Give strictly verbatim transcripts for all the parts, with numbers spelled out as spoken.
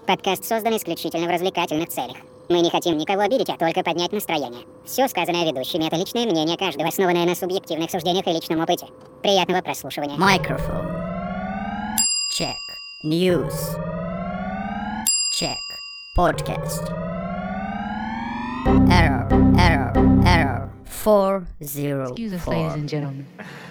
Подкаст создан исключительно в развлекательных целях. Мы не хотим никого обидеть, а только поднять настроение. Все сказанное ведущими — это личное мнение каждого, основанное на субъективных суждениях и личном опыте. Приятного прослушивания. Microphone. Check. News. Check. Podcast. Error. Error. Error. Four zero four. Excuse us, ladies and gentlemen.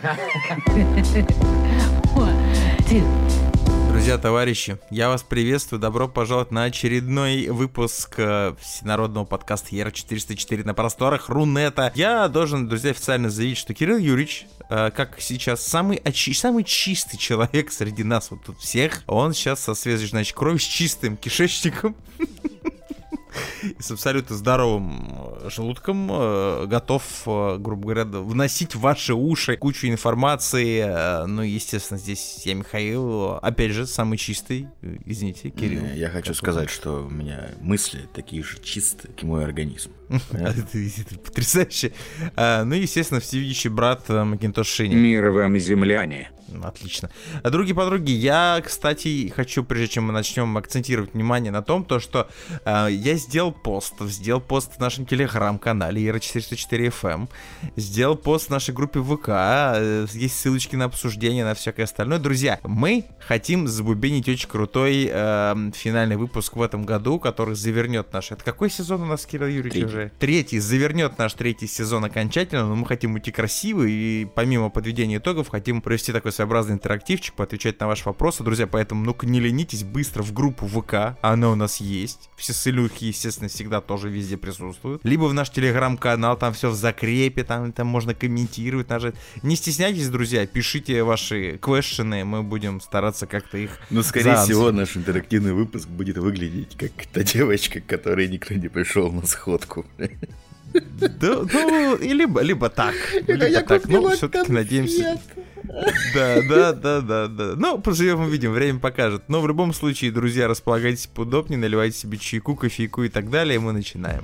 One, two. Друзья, товарищи, я вас приветствую. Добро пожаловать на очередной выпуск э, всенародного подкаста Ера четыреста четыре на просторах Рунета. Я должен, друзья, официально заявить, что Кирилл Юрьевич, э, как сейчас самый, очи- самый чистый человек среди нас вот тут всех, он сейчас со свежей, значит, кровью, с чистым кишечником и с абсолютно здоровым желудком э, готов, э, грубо говоря, вносить в ваши уши кучу информации. Э, ну, естественно, здесь я Михаил, опять же, самый чистый. Извините, Кирилл. Я хочу сказать, что у меня мысли такие же чистые, как и мой организм. Это потрясающе. Ну, естественно, всевидящий брат Макинтош Шиня. Мир вам, земляне. Отлично. Други подруги, я, кстати, хочу, прежде чем мы начнем, акцентировать внимание на том, то, что э, я сделал пост, сделал пост в нашем телеграм-канале Ера четыреста четыре эф эм, сделал пост в нашей группе ВК, э, есть ссылочки на обсуждение, на всякое остальное. Друзья, мы хотим забубенить очень крутой э, финальный выпуск в этом году, который завернет наш... Это какой сезон у нас, Кирилл Юрьевич, третий. уже? Третий. Завернет наш третий сезон окончательно, но мы хотим уйти красиво, и помимо подведения итогов, хотим провести такой своеобразный интерактивчик, поотвечать на ваши вопросы, друзья, поэтому ну-ка не ленитесь, быстро в группу ВК, она у нас есть, все ссылки, естественно, всегда тоже везде присутствуют, либо в наш телеграм-канал, там все в закрепе, там, там можно комментировать, нажать. Не стесняйтесь, друзья, пишите ваши квешены, мы будем стараться как-то их... Ну, скорее всего, наш интерактивный выпуск будет выглядеть как та девочка, к которой никто не пришел на сходку. Да, ну, и либо, либо так, либо так, ну, все-таки надеемся... Да, да, да, да, да. Ну, поживем увидим, время покажет. Но в любом случае, друзья, располагайтесь поудобнее, наливайте себе чайку, кофейку и так далее, и мы начинаем.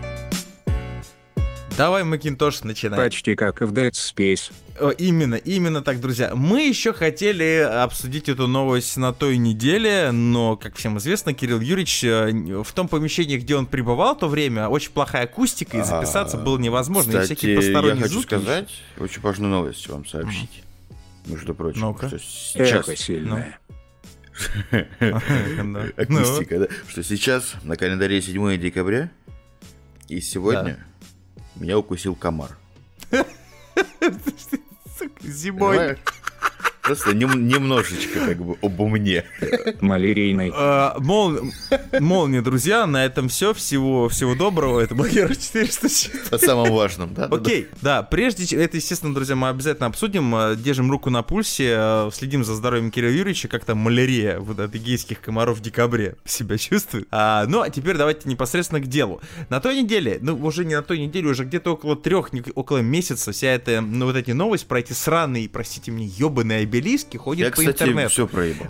Давай, Макинтош, начинаем. Почти как и в Dead Space. О, именно, именно так, друзья. Мы еще хотели обсудить эту новость на той неделе, но, как всем известно, Кирилл Юрьевич в том помещении, где он пребывал в то время, очень плохая акустика, и записаться было невозможно. Кстати, и всякие посторонние я хочу звуки. сказать очень важную новость вам сообщить. Между прочим, Ну-ка. что сейчас... Эхо сильное. Акустика, да? Что сейчас на календаре седьмое декабря, и сегодня меня укусил комар. Зимой. Понимаешь? Просто нем- немножечко как бы обо мне. Малярийный. А, мол... Молния, друзья, на этом все. Всего, всего доброго. Это был Ера четыреста четыре. О самом важном, да? Окей, да, прежде чем... Это, естественно, друзья, мы обязательно обсудим. Держим руку на пульсе, следим за здоровьем Кирилла Юрьевича, как там малярия вот от адыгейских комаров в декабре себя чувствует. А, ну, а теперь давайте непосредственно к делу. На той неделе, ну, уже не на той неделе, уже где-то около трех, около месяца вся эта, ну, вот эти новости про эти сраные, простите меня, ебаные обелиски ходят Я, по кстати, интернету. все проебал.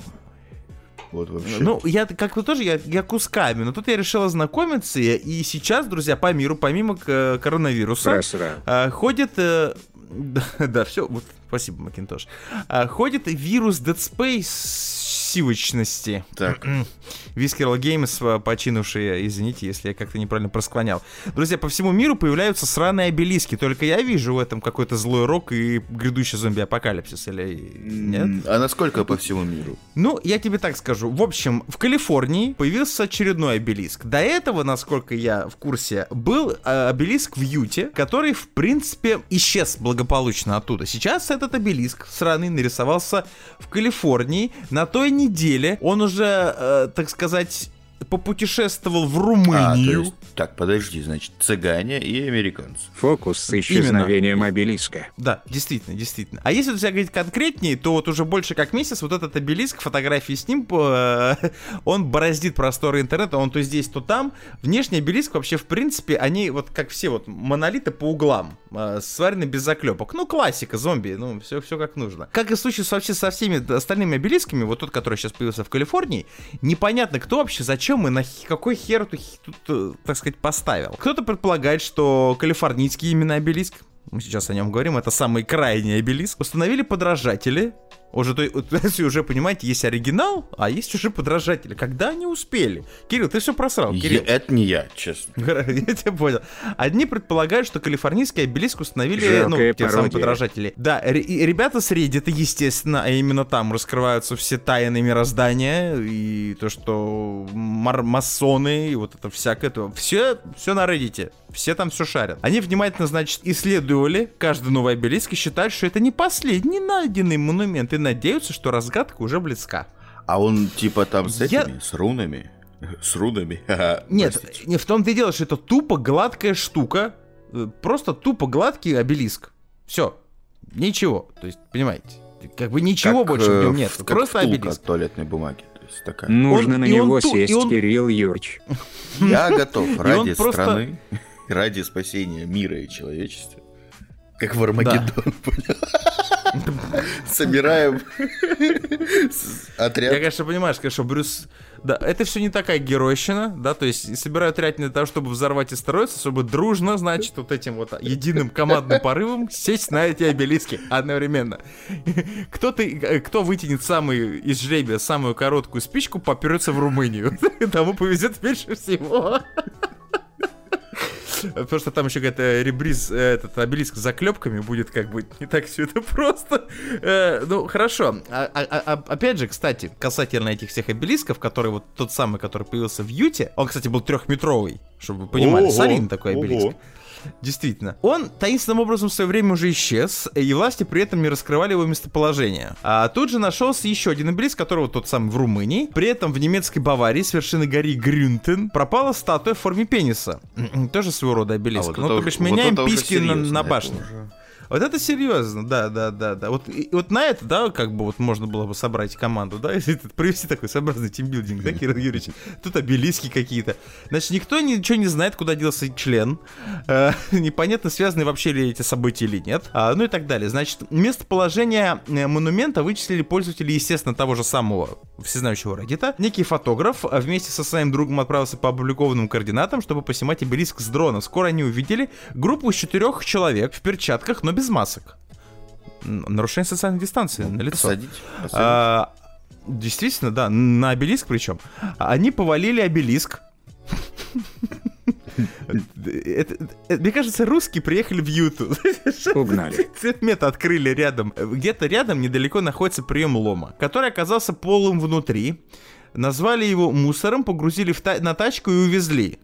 Вот вообще. Ну, я как бы тоже, я, я кусками, но тут я решил ознакомиться, и сейчас, друзья, по миру, помимо к- коронавируса, Просрал. а, ходит... э, да, да, все, вот, спасибо, Макинтош. А, ходит вирус Dead Space сивочности. Так. Visceral Games, починувшие, извините, если я как-то неправильно просклонял. Друзья, по всему миру появляются сраные обелиски, только я вижу в этом какой-то злой рок и грядущий зомби-апокалипсис, или нет? А насколько по всему миру? Ну, я тебе так скажу. В общем, в Калифорнии появился очередной обелиск. До этого, насколько я в курсе, был э, обелиск в Юте, который, в принципе, исчез благополучно оттуда. Сейчас этот обелиск сраный нарисовался в Калифорнии. На той неделе он уже, э, так сказать, попутешествовал в Румынию. А, то есть, так, подожди, значит, цыгане и американцы. Фокус с исчезновением обелиска. Да, действительно, действительно. А если друзья, говорить конкретнее, то вот уже больше как месяц вот этот обелиск, фотографии с ним, э, он бороздит просторы интернета, он то здесь, то там. Внешний обелиск вообще, в принципе, они вот как все вот монолиты по углам, э, сварены без заклепок. Ну, классика, зомби, ну, все, все как нужно. Как и в случае вообще со всеми остальными обелисками, вот тот, который сейчас появился в Калифорнии, непонятно, кто вообще, зачем и на х... какой хер тут, тут, так сказать, поставил. Кто-то предполагает, что калифорнийский именно обелиск, мы сейчас о нем говорим, это самый крайний обелиск, установили подражатели Уже, то, то есть, уже, понимаете, есть оригинал, а есть уже подражатели. Когда они успели? Кирилл, ты все просрал. Кирилл. Я, это не я, честно. Я тебя понял. Одни предполагают, что калифорнийский обелиск установили, Жалкая ну, те пародия. самые подражатели. Да, р- и ребята с Reddit, естественно, а именно там раскрываются все тайны мироздания, и то, что мар- масоны, и вот это всякое, это все, все на Reddit. Все там все шарят. Они внимательно, значит, исследовали каждый новый обелиск и считают, что это не последний найденный монумент, и надеются, что разгадка уже близка. А он типа там с Я- этими, с рунами? С рунами? Нет, Простите. не в том-то и дело, что это тупо гладкая штука, э, просто тупо гладкий обелиск. Все, ничего, то есть, понимаете, как бы ничего Как, больше в э, нем нет, как просто втулка обелиск. от туалетной бумаги. То есть такая. Нужно Он- на и он него ту- и сесть, он- Кирилл Юрьевич. Я готов ради просто- страны, ради спасения мира и человечества, как в Армагеддон, понял? Собираем с- Я, отряд. конечно, понимаешь, конечно, Брюс... Да, это все не такая геройщина, да, то есть собирают отряд не для того, чтобы взорвать астероид, чтобы дружно, значит, вот этим вот единым командным порывом сесть на эти обелиски одновременно. Кто, ты, кто вытянет самый из жребия самую короткую спичку, попрется в Румынию. Тому повезет меньше всего. Потому что там еще какая-то ребриз, э, этот обелиск с заклепками будет, как бы не так все это просто. Э, ну, хорошо. А, а- а- опять же, кстати, касательно этих всех обелисков, который вот тот самый, который появился в Юте, он, кстати, был трехметровый, чтобы вы понимали, Ого, солидный такой обелиск. ого. Действительно. Он таинственным образом в свое время уже исчез, и власти при этом не раскрывали его местоположение. А тут же нашелся еще один обелиск, которого тот самый в Румынии. При этом в немецкой Баварии с вершины горы Грюнтен пропала статуя в форме пениса. Тоже своего рода обелиск. А вот ну, это то уж- бишь, вот меняем это уже письки на, серьезно, на это башне. уже- Вот это серьезно, да, да, да, да. Вот, и, вот на это, да, как бы вот можно было бы собрать команду, да, и провести такой своеобразный тимбилдинг, да, Кирилл Юрьевич? Тут обелиски какие-то. Значит, никто ничего не знает, куда делся член. Э, непонятно, связаны вообще ли эти события или нет. А, ну и так далее. Значит, местоположение э, монумента вычислили пользователи, естественно, того же самого всезнающего Reddit. Некий фотограф а, вместе со своим другом отправился по опубликованным координатам, чтобы поснимать обелиск с дрона. Скоро они увидели группу из четырех человек в перчатках, но без масок. Н- Нарушение социальной дистанции на лицо. Посадить, посадить. А, действительно, да, на обелиск причем. Они повалили обелиск. Это- это- Мне кажется, русские приехали в Юту. Угнали. Цветмет открыли рядом. Где-то рядом недалеко находится прием лома, который оказался полым внутри. Назвали его мусором, погрузили в та- на тачку и увезли.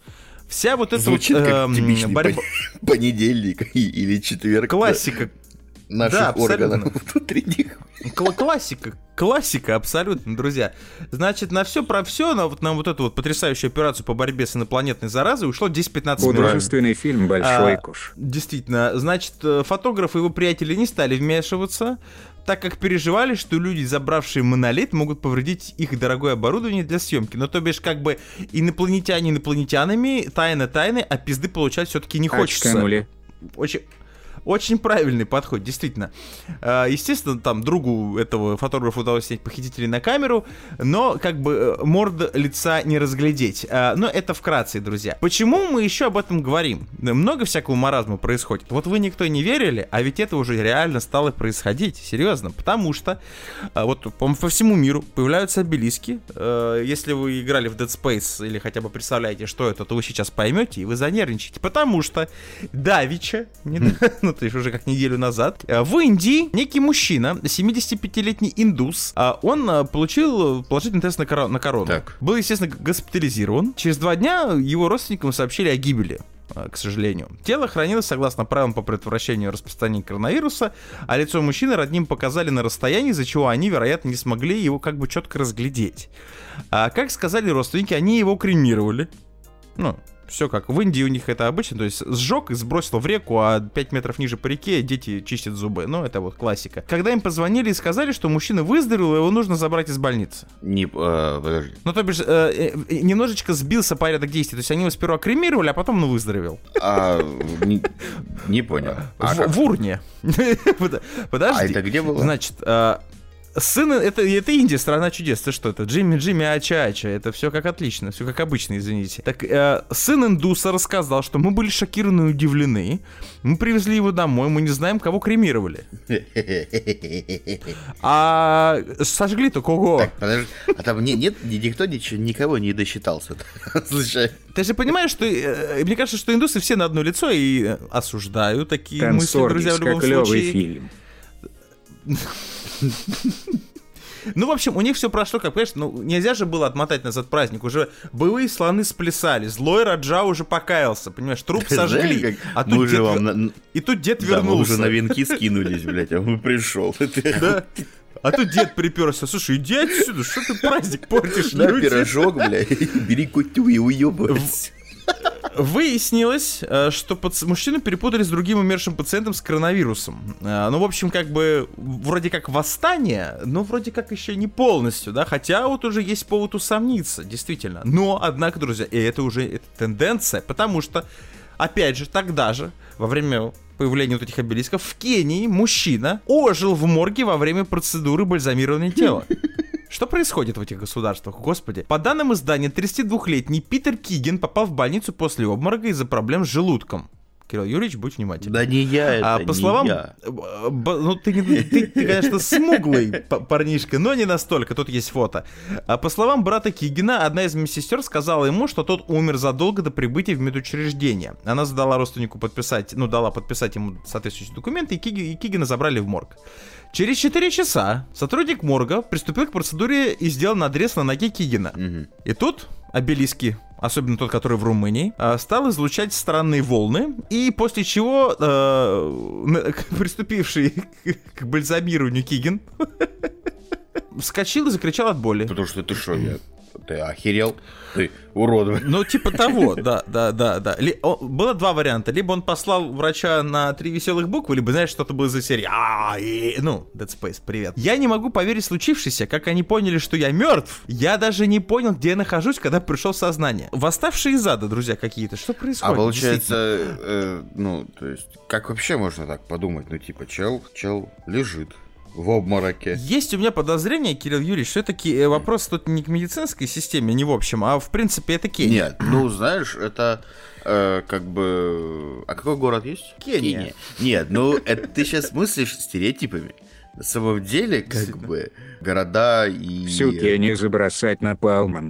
Вся вот эта Звучит вот, как эм, типичный борьба- пон- понедельник и- или четверг. Классика. Наших Да, абсолютно. органов внутренних. Кла- Классика, классика, абсолютно, друзья. Значит, на все про все, на вот, на вот эту вот потрясающую операцию по борьбе с инопланетной заразой ушло десять-пятнадцать минут. Художественный фильм «Большой А, куш». Действительно, значит, э, фотограф и его приятели не стали вмешиваться, так как переживали, что люди, забравшие монолит, могут повредить их дорогое оборудование для съемки. Но то бишь, как бы инопланетяне инопланетянами, тайна тайны, а пизды получать все-таки не хочется. Очканули. Очень, очень правильный подход, действительно. А, Естественно, там другу этого фотографа удалось снять похитителей на камеру, но как бы э, морда лица не разглядеть. А, Но это вкратце, друзья. Почему мы еще об этом говорим? Много всякого маразма происходит. Вот вы никто не верили, а ведь это уже реально стало происходить. Серьезно. Потому что а, вот по, по всему миру появляются обелиски. Э, Если вы играли в Dead Space или хотя бы представляете, что это, то вы сейчас поймете и вы занервничаете. Потому что давеча, не- ну то есть уже как неделю назад, э, в Индии некий мужчина, семидесятипятилетний индус, а, он а, получил положительный тест на, коро- на корону. Так. Был, естественно, госпитализирован. Через два дня его родственникам сообщили о гибели, а, к сожалению. Тело хранилось согласно правилам по предотвращению распространения коронавируса, а лицо мужчины родным показали на расстоянии, из-за чего они, вероятно, не смогли его как бы четко разглядеть. А, как сказали родственники, они его кремировали. Ну, все как в Индии у них это обычно, то есть сжег и сбросил в реку, а пять метров ниже по реке дети чистят зубы. Ну, это вот классика. Когда им позвонили и сказали, что мужчина выздоровел, его нужно забрать из больницы. Не, э, подожди. Ну, то бишь, э, э, немножечко сбился порядок действий. То есть они его сперва кремировали, а потом он выздоровел. А, не, не понял. А, в, как? в урне. Под- А Подожди. это где было? Значит, э, сын, это, это Индия, страна чудес. Ты что, это Джимми, Джимми, Ача, Ача. Это все как отлично, все как обычно, извините. Так, э, сын индуса рассказал, что мы были шокированы и удивлены. Мы привезли его домой, мы не знаем, кого кремировали. А сожгли-то кого? Так, подожди, а там не, нет, никто ничего, никого не досчитался. Слушай. Ты же понимаешь, что э, мне кажется, что индусы все на одно лицо и осуждаю такие мысли, друзья, в любом случае. Фильм. Ну, в общем, у них все прошло, как, понимаешь, ну, нельзя же было отмотать назад праздник. Уже боевые слоны сплясали, злой Раджа уже покаялся, понимаешь, труп сожгли. А тут дед... вам на... И тут дед да, вернулся. Мы уже на венки скинулись, блядь, а он пришел. Да. А тут дед приперся. Слушай, иди отсюда, что ты праздник портишь? На пирожок, блядь, бери кутю и уебывайся. Выяснилось, что мужчину перепутали с другим умершим пациентом с коронавирусом. Ну, в общем, как бы, вроде как восстание, но вроде как еще не полностью, да, хотя вот уже есть повод усомниться, действительно. Но, однако, друзья, и это уже это тенденция, потому что, опять же, тогда же, во время появления вот этих обелисков, в Кении мужчина ожил в морге во время процедуры бальзамирования тела. Что происходит в этих государствах, господи? По данным издания, тридцатидвухлетний Питер Кигин попал в больницу после обморока из-за проблем с желудком. Кирилл Юрьевич, будь внимательным. Да не я, это а, по не словам, я. Б, ну, ты, ты, ты, конечно, смуглый парнишка, но не настолько, тут есть фото. А, по словам брата Кигина, одна из медсестер сказала ему, что тот умер задолго до прибытия в медучреждение. Она задала родственнику подписать, ну, дала подписать ему соответствующие документы, и, Киги, и Кигина забрали в морг. Через четыре часа сотрудник морга приступил к процедуре и сделал надрез на ноге Кигина. Угу. И тут обелиски, особенно тот, который в Румынии, стал излучать странные волны, и после чего э, приступивший к бальзамированию Кигин вскочил и закричал от боли. Потому что ты что, я... Ты охерел? Ты урод. Ну, типа того, да, да, да, да. Ли, о, было два варианта. Либо он послал врача на три веселых буквы, либо, знаешь, что-то было за серией. А, и, ну, Dead Space, привет. Я не могу поверить в случившееся, как они поняли, что я мертв. Я даже не понял, где я нахожусь, когда пришел в сознание. Восставшие из ада, друзья, какие-то. Что происходит? А получается, э, ну, то есть, как вообще можно так подумать? Ну, типа, чел, чел лежит в обмороке. Есть у меня подозрение, Кирилл Юрьевич, что все-таки вопрос тут не к медицинской системе, не в общем, а в принципе это Кения. Нет, ну знаешь, это э, как бы... А какой город есть? Кения. Кения. Нет, ну это ты сейчас мыслишь стереотипами. На самом деле, как бы, города и... Всю Кению забросать на Палман.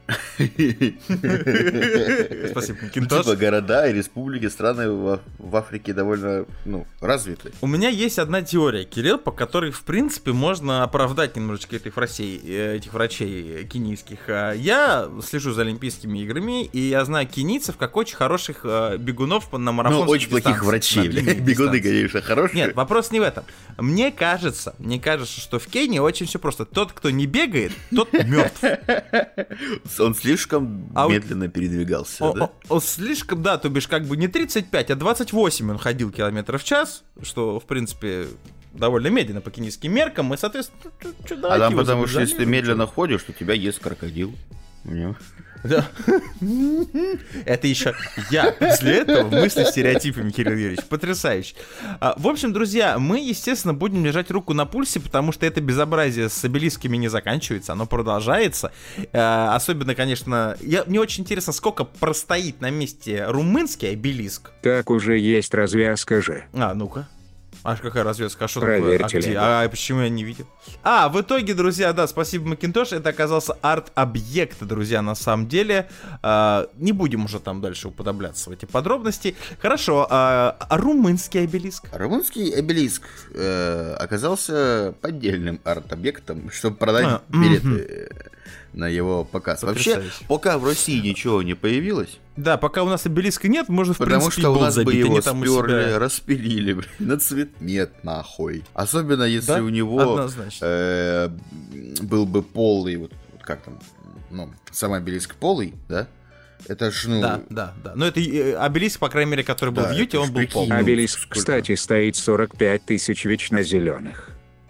Спасибо, Кинтош. Типа города и республики, страны в, в Африке довольно, ну, развиты. У меня есть одна теория, Кирилл, по которой, в принципе, можно оправдать немножечко этих врачей, этих врачей кенийских. Я слежу за Олимпийскими играми, и я знаю кенийцев как очень хороших бегунов на марафонских Ну, очень плохих врачей, блядь. Бегуны, конечно, хорошие. Нет, вопрос не в этом. Мне кажется, мне кажется, что в Кении очень все просто. Тот, кто не бегает, тот мертв. Он слишком а медленно передвигался, о, да? О, о, слишком, да, то бишь как бы не тридцать пять, а двадцать восемь он ходил километров в час, что, в принципе, довольно медленно по кенийским меркам, и, соответственно, а там потому что если ты медленно ходишь, то тебя ест крокодил. Понял? Да. Это еще я после этого мысли стереотипами, Кирилл Юрьевич. Потрясающе. В общем, друзья, мы, естественно, будем держать руку на пульсе, потому что это безобразие с обелисками не заканчивается, оно продолжается. Особенно, конечно, я, мне очень интересно, сколько простоит на месте румынский обелиск. Так уже есть развязка же. А, ну-ка. А какая развязка? А что такое? А, где? А почему я не видел? А, в итоге, друзья, да, спасибо, Макинтош. Это оказался арт-объект, друзья, на самом деле. А, не будем уже там дальше уподобляться в эти подробности. Хорошо, а, а румынский обелиск? Румынский обелиск э, оказался поддельным арт-объектом, чтобы продать а, билеты угу. на его показ. Потрясающе. Вообще, пока в России ничего не появилось. Да, пока у нас обелиска нет, можно, в потому принципе, что у нас забить, бы его там сперли, распилили, блин, на цветмет, нахуй. Особенно если да? у него э, был бы полый, вот, вот как там, ну, сам обелиск полый, да? Это ж, ну... Да, да, да. Но это обелиск, по крайней мере, который был да, в Юте, он был прикинь, полный. Обелиск, сколько? кстати, стоит сорок пять тысяч вечно зеленых.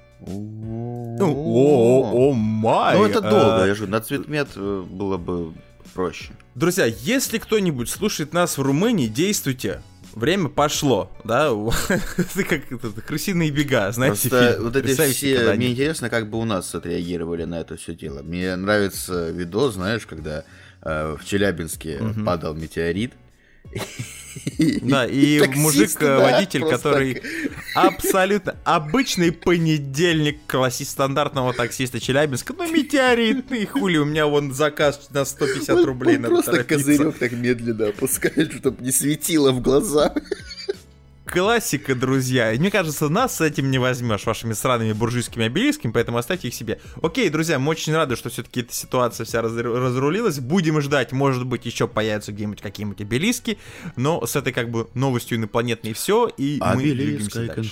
Ну, о, о, май. Ну, это долго, я же на цветмет было бы проще. Друзья, если кто-нибудь слушает нас в Румынии, действуйте. время пошло, да, это как это, крысиные бега, знаете, Просто фильм. вот эти Представьте, все, когда мне они- интересно, как бы у нас отреагировали на это все дело. Мне нравится видос, знаешь, когда э, в Челябинске падал метеорит. Да, и таксисты, мужик, да, водитель, просто который так. абсолютно обычный понедельник классист стандартного таксиста Челябинска, ну метеорит, и хули, у меня вон заказ на сто пятьдесят Он- рублей, он надо просто торопиться. козырек так медленно опускает, чтобы не светило в глаза. Классика, друзья. И мне кажется, нас с этим не возьмешь, вашими сраными буржуйскими обелисками, поэтому оставьте их себе. Окей, друзья, мы очень рады, что все-таки эта ситуация вся раз- разрулилась. Будем ждать, может быть, еще появятся где-нибудь какие-нибудь обелиски, но с этой как бы новостью инопланетной все, и мы двигаемся дальше.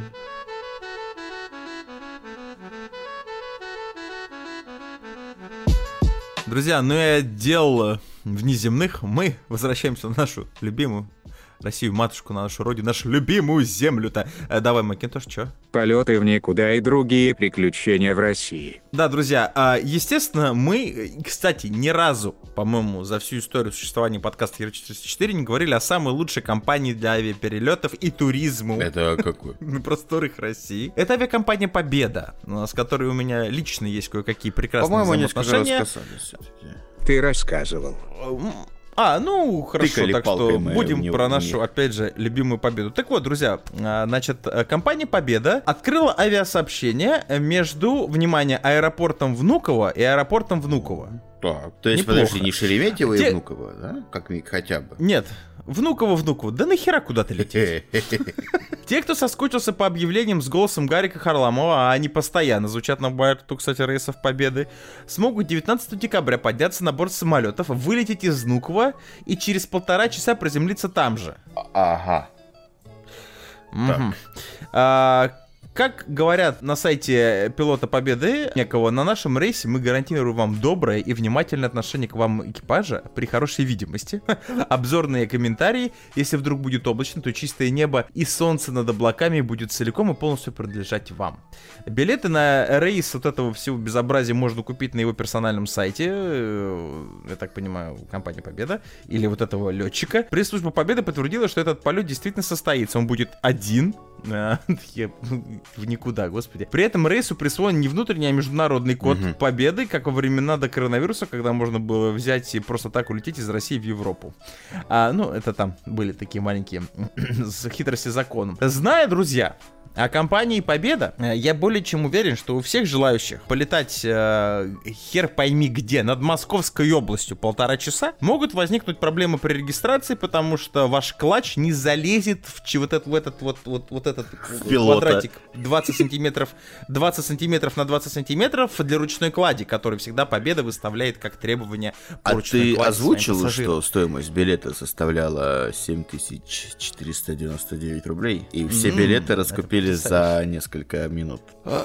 Друзья, ну и отдел внеземных, мы возвращаемся в нашу любимую Россию, матушку, на нашу родину, нашу любимую землю-то. Э, давай, Макинтош, чё? Полеты в никуда и другие приключения в России. Да, друзья, а, естественно, мы, кстати, ни разу, по-моему, за всю историю существования подкаста Ера четыреста четыре не говорили о самой лучшей компании для авиаперелетов и туризму Это какой? на просторах России. Это авиакомпания «Победа», с которой у меня лично есть кое-какие прекрасные По-моему, несколько раз взаимоотношения. касались все-таки. Ты рассказывал. А, ну, хорошо, Тыкали так палкой что мы будем в него, про в нашу, них. опять же, любимую победу. Так вот, друзья, а, значит, э, компания «Победа» открыла авиасообщение между, внимание, аэропортом Внуково и аэропортом Внуково. Так, то есть, Неплохо. подожди, не Шереметьево и Те- Внуково, да? Как ми- хотя бы. Нет, Внуково, Внуково, да нахера куда ты летишь? Те, кто соскучился по объявлениям с голосом Гарика Харламова, а они постоянно звучат на борту, кстати, рейсов Победы, смогут девятнадцатого декабря подняться на борт самолетов, вылететь из Внуково и через полтора часа приземлиться там же. Ага. Мгм. А, как говорят на сайте пилота Победы некого, на нашем рейсе мы гарантируем вам доброе и внимательное отношение к вам экипажа при хорошей видимости, обзорные комментарии, если вдруг будет облачно, то чистое небо и солнце над облаками будет целиком и полностью принадлежать вам. Билеты на рейс вот этого всего безобразия можно купить на его персональном сайте, э, я так понимаю, компания Победа, или вот этого летчика. Пресс-служба Победы подтвердила, что этот полет действительно состоится, он будет один, а, я- в никуда, господи. При этом рейсу присвоен не внутренний, а международный код Мгм. Победы, как во времена до коронавируса, когда можно было взять и просто так улететь из России в Европу. А, ну, это там были такие маленькие с- хитрости закона. Зная, друзья, о компании «Победа», э, я более чем уверен, что у всех желающих полетать э, хер пойми где, над Московской областью полтора часа, могут возникнуть проблемы при регистрации, потому что ваш клатч не залезет в, чи- вот, этот, в этот вот, вот, вот этот пилота. квадратик двадцать сантиметров, двадцать сантиметров на двадцать сантиметров для ручной клади, который всегда «Победа» выставляет как требование по А ручной ты клади своим озвучил, пассажирам. что стоимость билета составляла семь тысяч четыреста девяносто девять рублей? И все М, билеты это раскупили за несколько минут.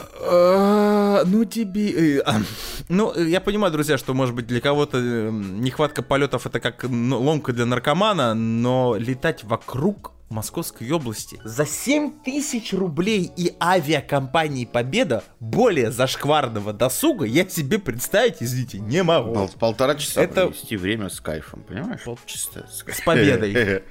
А, Ну тебе... э, а, Ну, я понимаю, друзья, что, может быть, для кого-то э, нехватка полетов это как ну, ломка для наркомана, но летать вокруг Московской области за семь тысяч рублей и авиакомпании «Победа» более зашкварного досуга я себе представить, извините, не могу. Пол- полтора часа Это- провести время с кайфом, понимаешь? Чисто С победой.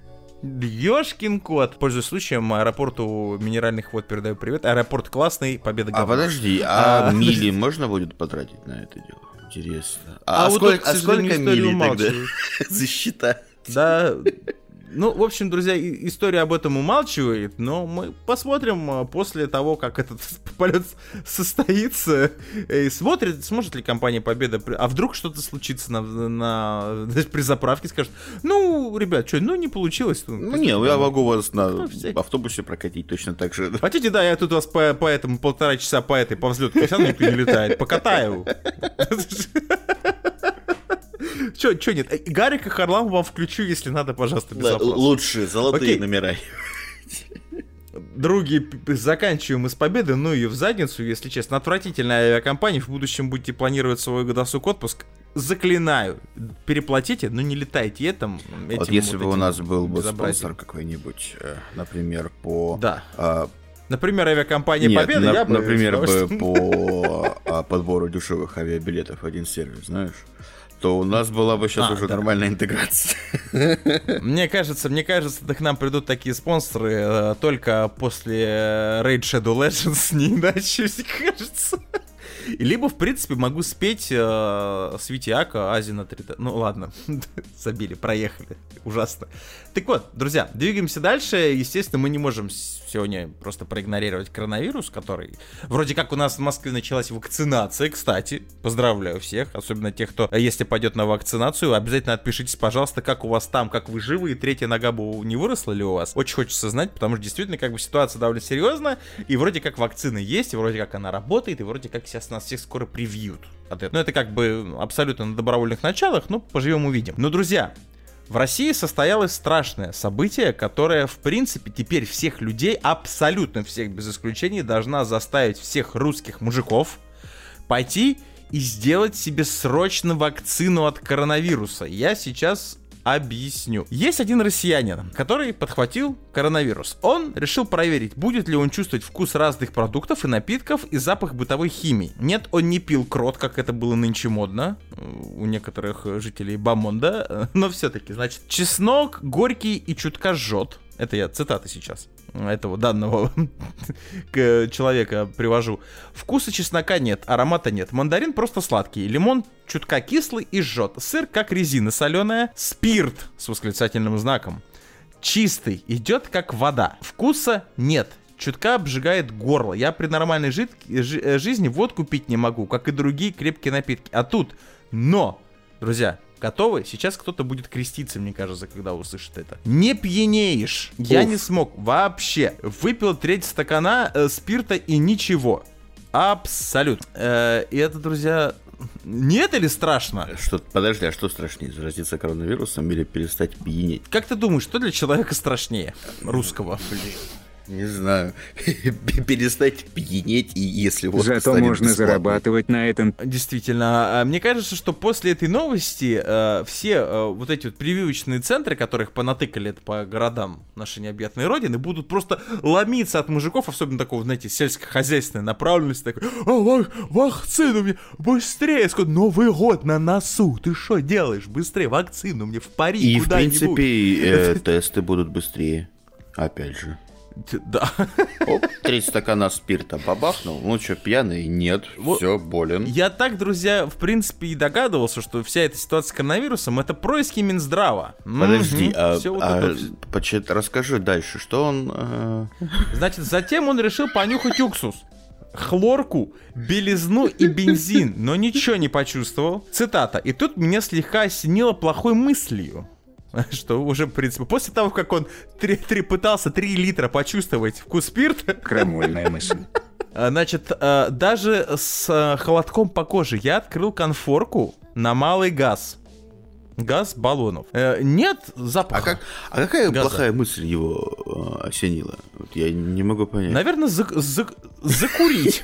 Ёшкин кот. Пользуясь случаем, аэропорту минеральных вод передаю привет. Аэропорт классный, Победа А говно. подожди, а А, мили можно будет потратить на это дело? Интересно. А А, вот сколько, тут, к а сожалению, сколько историю мили тогда умалчивают. засчитать? Да, ну, в общем, друзья, и- история об этом умалчивает, но мы посмотрим а, после того, как этот полет состоится, и смотрит, сможет ли компания «Победа», при- а вдруг что-то случится на, на, знаешь, при заправке, скажет, ну, ребят, что, ну, не получилось. Ну не, я могу вас на Ну, всякий. автобусе прокатить точно так же. Хотите, да, я тут вас по, по этому полтора часа по этой, по взлету, все равно никто не летает, покатаю. Чё, чё нет? Э, Гарика Харламова вам включу, если надо, пожалуйста, без Да, вопросов. лучше, золотые Окей. номера. Други, п- п- заканчиваем мы с победы, ну ее в задницу, если честно. Отвратительная авиакомпания, в будущем будете планировать свой досуг отпуск. Заклинаю, переплатите, но не летайте этим. Вот этим если вот бы у этим нас был бы безобразием. спонсор какой-нибудь, э, например, по... Да. а, Например, авиакомпания нет, Победа, на- я бы... например, с бы удовольствием- по по подбору дешевых авиабилетов один сервис, знаешь, то у нас была бы сейчас А, уже да. нормальная интеграция. Мне кажется, мне кажется, к нам придут такие спонсоры э, только после э, Raid Shadow Legends, не иначе, мне кажется. Либо, в принципе, могу спеть э, Свити Ака, Азина три дэ. Ну ладно, забили, проехали. Ужасно. Так вот, друзья, двигаемся дальше. Естественно, мы не можем сегодня просто проигнорировать коронавирус, который... Вроде как у нас в Москве началась вакцинация, кстати. Поздравляю всех, особенно тех, кто, если пойдет на вакцинацию, обязательно отпишитесь, пожалуйста, как у вас там, как вы живы, и третья нога бы не выросла ли у вас. Очень хочется знать, потому что действительно как бы ситуация довольно серьезная, и вроде как вакцина есть, и вроде как она работает, и вроде как сейчас нас всех скоро привьют от этого. Ну, это как бы абсолютно на добровольных началах, ну, поживем увидим. Но, друзья, в России состоялось страшное событие, которое, в принципе, теперь всех людей, абсолютно всех без исключения, должна заставить всех русских мужиков пойти и сделать себе срочно вакцину от коронавируса. Я сейчас объясню. Есть один россиянин, который подхватил коронавирус. Он решил проверить, будет ли он чувствовать вкус разных продуктов и напитков и запах бытовой химии. Нет, он не пил крот, как это было нынче модно у некоторых жителей Бамонда, но все-таки, значит, чеснок горький и чутка жжет. Это я цитаты сейчас этого данного человека привожу. Вкуса чеснока нет, аромата нет. Мандарин просто сладкий, лимон чутка кислый и жжет. Сыр как резина соленая. Спирт с восклицательным знаком. Чистый, идет как вода. Вкуса нет. Чутка обжигает горло. Я при нормальной жид... жи... жизни водку пить не могу, как и другие крепкие напитки. А тут, но, друзья, готовы? Сейчас кто-то будет креститься, мне кажется, когда услышит это. Не пьянеешь. Я Уф. не смог вообще. Выпил треть стакана э, спирта и ничего. Абсолютно. Э, и это, друзья, нет или страшно? Что, подожди, а что страшнее, заразиться коронавирусом или перестать пьянеть? Как ты думаешь, что для человека страшнее русского? Не знаю. Перестать пьянеть, и если вот Зато станет можно бесплатной. зарабатывать на этом. Действительно, а, мне кажется, что после этой новости э, все э, вот эти вот прививочные центры, которых понатыкали это по городам нашей необъятной родины, будут просто ломиться от мужиков, особенно такого, знаете, сельскохозяйственной направленности, такой: «А, ва- вакцину мне, быстрее, сколько, Новый год на носу, ты что делаешь, быстрее, вакцину мне в Париж, И, в куда-нибудь». принципе, э, тесты будут быстрее. Опять же. Да. Оп, три стакана спирта бабахнул. Ну что, пьяный? Нет. Вот. Все, болен. Я так, друзья, в принципе, и догадывался, что вся эта ситуация с коронавирусом — это происки Минздрава. Подожди, а, Всё вот а это всё. почет- расскажи дальше, что он... э, Значит, затем он решил понюхать уксус, хлорку, белизну и бензин, но ничего не почувствовал. Цитата. «И тут меня слегка осенило плохой мыслью». Что уже, в принципе, после того, как он три, три, пытался три литра почувствовать вкус спирта, Крамольная мысль. а, значит, а, даже с а, холодком по коже я открыл конфорку на малый газ. Газ баллонов. Э, нет запаха. А, как, а какая газа. плохая мысль его э, осенила? Вот я не могу понять. Наверное, зак- зак- закурить.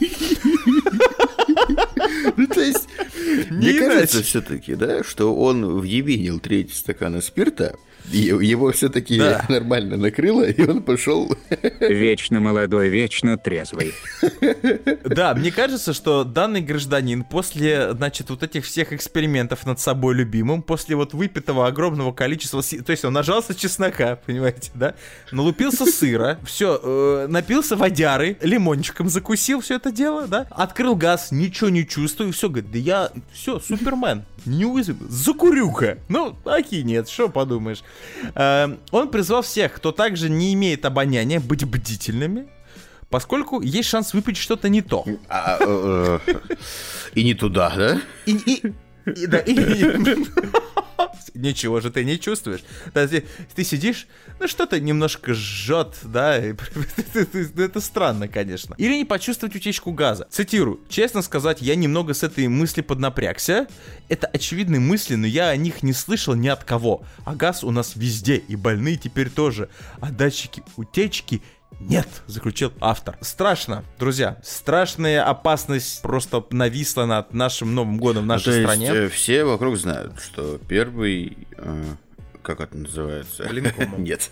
Ну, то есть, Не мне кажется иначе. все-таки, да, что он въебенил треть стакана спирта, и его все-таки Да. нормально накрыло, и он пошел... Вечно молодой, вечно трезвый. Да, мне кажется, что данный гражданин после, значит, вот этих всех экспериментов над собой любимым, после вот выпитого огромного количества, си- то есть он нажался чеснока, понимаете, да, налупился сыра, все, напился водяры, лимончиком закусил все это дело, да, открыл газ, ничего не чувствую, все, говорит, да я, все, Супермен, неуязвим, закурюка, ну, аки нет, что подумаешь. Э, Он призвал всех, кто также не имеет обоняния, быть бдительными, поскольку есть шанс выпить что-то не то. А, э, э, И не туда, да? И, и- и- да, и- и- Ничего же ты не чувствуешь. Да, ты, ты сидишь, ну что-то немножко жжет, да, и это странно, конечно. Или не почувствовать утечку газа. Цитирую. «Честно сказать, я немного с этой мысли поднапрягся. Это очевидные мысли, но я о них не слышал ни от кого. А газ у нас везде, и больные теперь тоже. А датчики утечки нет», заключил автор. Страшно, друзья. Страшная опасность просто нависла над нашим Новым годом в Ну, нашей то есть, стране. э, все вокруг знают, что первый э, как это называется? Блинком. Нет.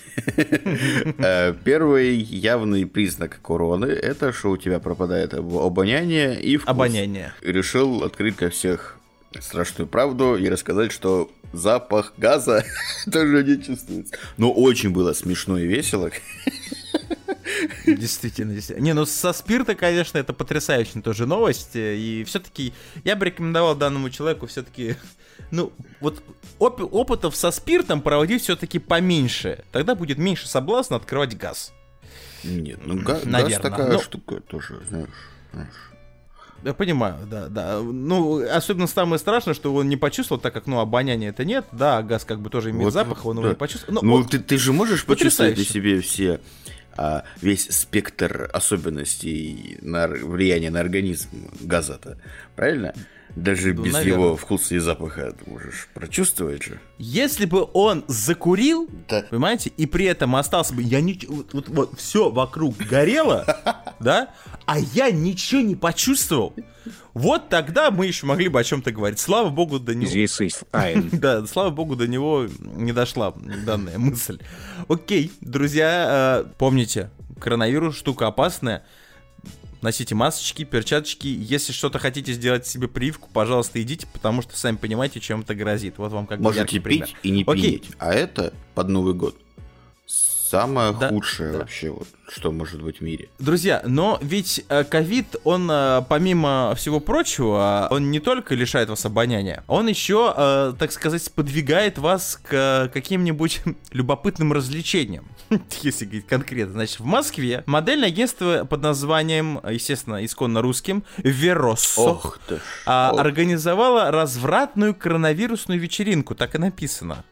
Первый явный признак короны – это что у тебя пропадает обоняние и вкус. Обоняние. Решил открыть для всех страшную правду и рассказать, что запах газа тоже не чувствуется. Но очень было смешно и весело. Действительно, действительно. Не, ну со спирта, конечно, это потрясающая тоже новость. И все-таки я бы рекомендовал данному человеку все-таки, ну, вот оп- опытов со спиртом проводить все-таки поменьше. Тогда будет меньше соблазна открывать газ. Нет, ну га- газ Наверно. такая Ну, штука тоже, знаешь. знаешь. Я понимаю, да, да. Ну, особенно самое страшное, что он не почувствовал, так как, ну, обоняния это нет. Да, газ как бы тоже имеет Вот, запах, он да. его не почувствовал. Ну, он ты, ты же можешь почувствовать на потрясающе. себе все, а, весь спектр особенностей на, ор- влияния на организм газа-то, правильно? Даже Ну, без наверно. его вкуса и запаха ты можешь прочувствовать же. Если бы он закурил, Да. понимаете, и при этом остался бы, я ничего, вот, вот, вот все вокруг горело, да, а я ничего не почувствовал, вот тогда мы еще могли бы о чем-то говорить. Слава богу, до него... This is fine. Да, слава богу, до него не дошла данная мысль. Окей, друзья, э, помните, коронавирус штука опасная. Носите масочки, перчаточки. Если что-то хотите сделать себе прививку, пожалуйста, идите, потому что сами понимаете, чем это грозит. Вот вам как бы Можете яркий пить пример. и не Окей. пить. А это под Новый год самое Да, худшее да. вообще, вот, что может быть в мире. Друзья, но ведь ковид, он, э, помимо всего прочего, он не только лишает вас обоняния, он еще, э, так сказать, сподвигает вас к каким-нибудь любопытным развлечениям. Если говорить конкретно. Значит, в Москве модельное агентство под названием, естественно, исконно русским, Вероссо, Ох ты ж. а, Ох. организовала развратную коронавирусную вечеринку. Так и написано.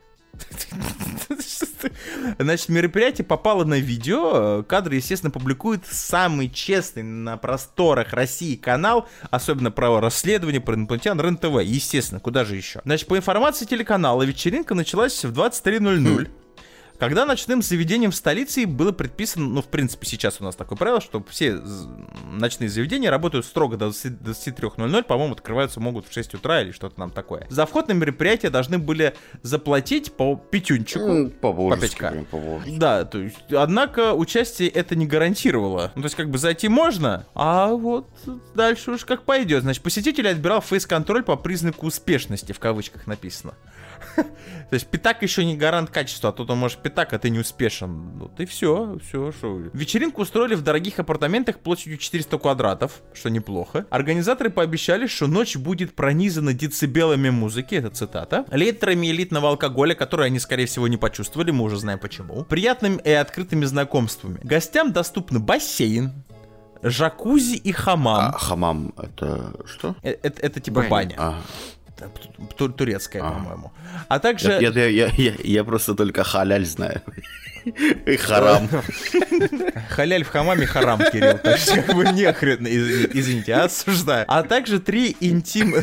Значит, мероприятие попало на видео. Кадры, естественно, публикует самый честный на просторах России канал, особенно про расследование, про инопланетян, РЕН-ТВ. Естественно, куда же еще? Значит, по информации телеканала, вечеринка началась в двадцать три ноль ноль. Когда ночным заведениям в столице было предписано, ну, в принципе, сейчас у нас такое правило, что все з- ночные заведения работают строго до двадцати трёх ноль ноль, по-моему, открываются могут в шесть утра или что-то там такое. За вход на мероприятие должны были заплатить по пятюнчику. Ну, по-божески, по пять ка. прям по-божески. Да, то есть, однако участие это не гарантировало. Ну, то есть, как бы зайти можно, а вот дальше уж как пойдет. Значит, посетитель отбирал фейс-контроль по признаку успешности, в кавычках написано. То есть пятак еще не гарант качества, а тут он может пятак, а ты не успешен. Вот и все, все, что. Вечеринку устроили в дорогих апартаментах площадью четыреста квадратов, что неплохо. Организаторы пообещали, что ночь будет пронизана децибелами музыки, это цитата, литрами элитного алкоголя, который они, скорее всего, не почувствовали, мы уже знаем почему, приятными и открытыми знакомствами. Гостям доступны бассейн, джакузи и хамам. А хамам это что? Э- Это, это типа Баня. баня. А, Ту- Турецкая, Ага. по-моему. А также... я, я, я, я, я просто только халяль знаю. И харам. Халяль в хамаме, харам, Кирилл. Так что как бы нехрен, извините, извините, осуждаю. А также три интим...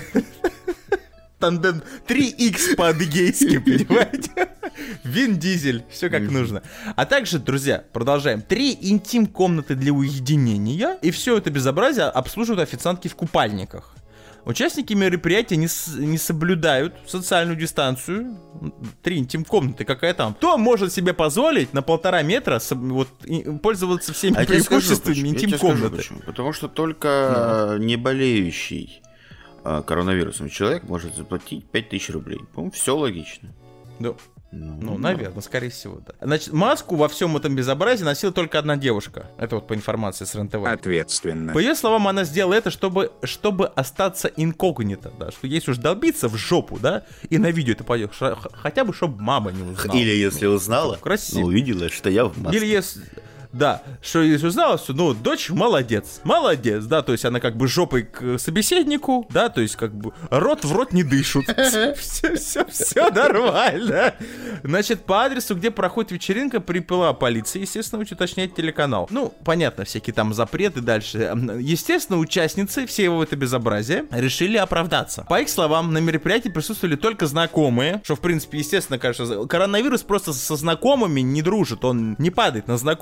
Тандем три икс по-адыгейски, понимаете? Вин Дизель, все как нужно. А также, друзья, продолжаем. Три интим-комнаты для уединения. И все это безобразие обслуживают официантки в купальниках. Участники мероприятия не, с- не соблюдают социальную дистанцию. Три интим-комнаты, какая там. Кто может себе позволить на полтора метра со- вот, и- пользоваться всеми А я тебе скажу, преимуществами почему. Я тебе скажу, интим-комнаты? почему. Потому что только не болеющий а, коронавирусом человек может заплатить пять тысяч рублей. По-моему, все логично. Да. Ну, Ну, наверное, скорее всего, да. Значит, маску во всем этом безобразии носила только одна девушка. Это вот по информации с РЕН-ТВ. Ответственно. По ее словам, она сделала это, чтобы, чтобы остаться инкогнито, да, что если уж долбиться в жопу, да, и на видео это пойдешь, х- хотя бы, чтобы мама не узнала. Или если узнала, Красиво. ну, увидела, что я в маске. Или если... Да, что если узнала, что, ну, дочь молодец, молодец, да, то есть она как бы жопой к собеседнику, да, то есть как бы рот в рот не дышут. Все, все, все нормально. Значит, по адресу, где проходит вечеринка, прибыла полиция, естественно, уточняет телеканал. Ну, понятно, всякие там запреты дальше. Естественно, участницы всего этого безобразия решили оправдаться. По их словам, на мероприятии присутствовали только знакомые, что, в принципе, естественно, конечно, коронавирус просто со знакомыми не дружит, он не падает на знакомых. Вот на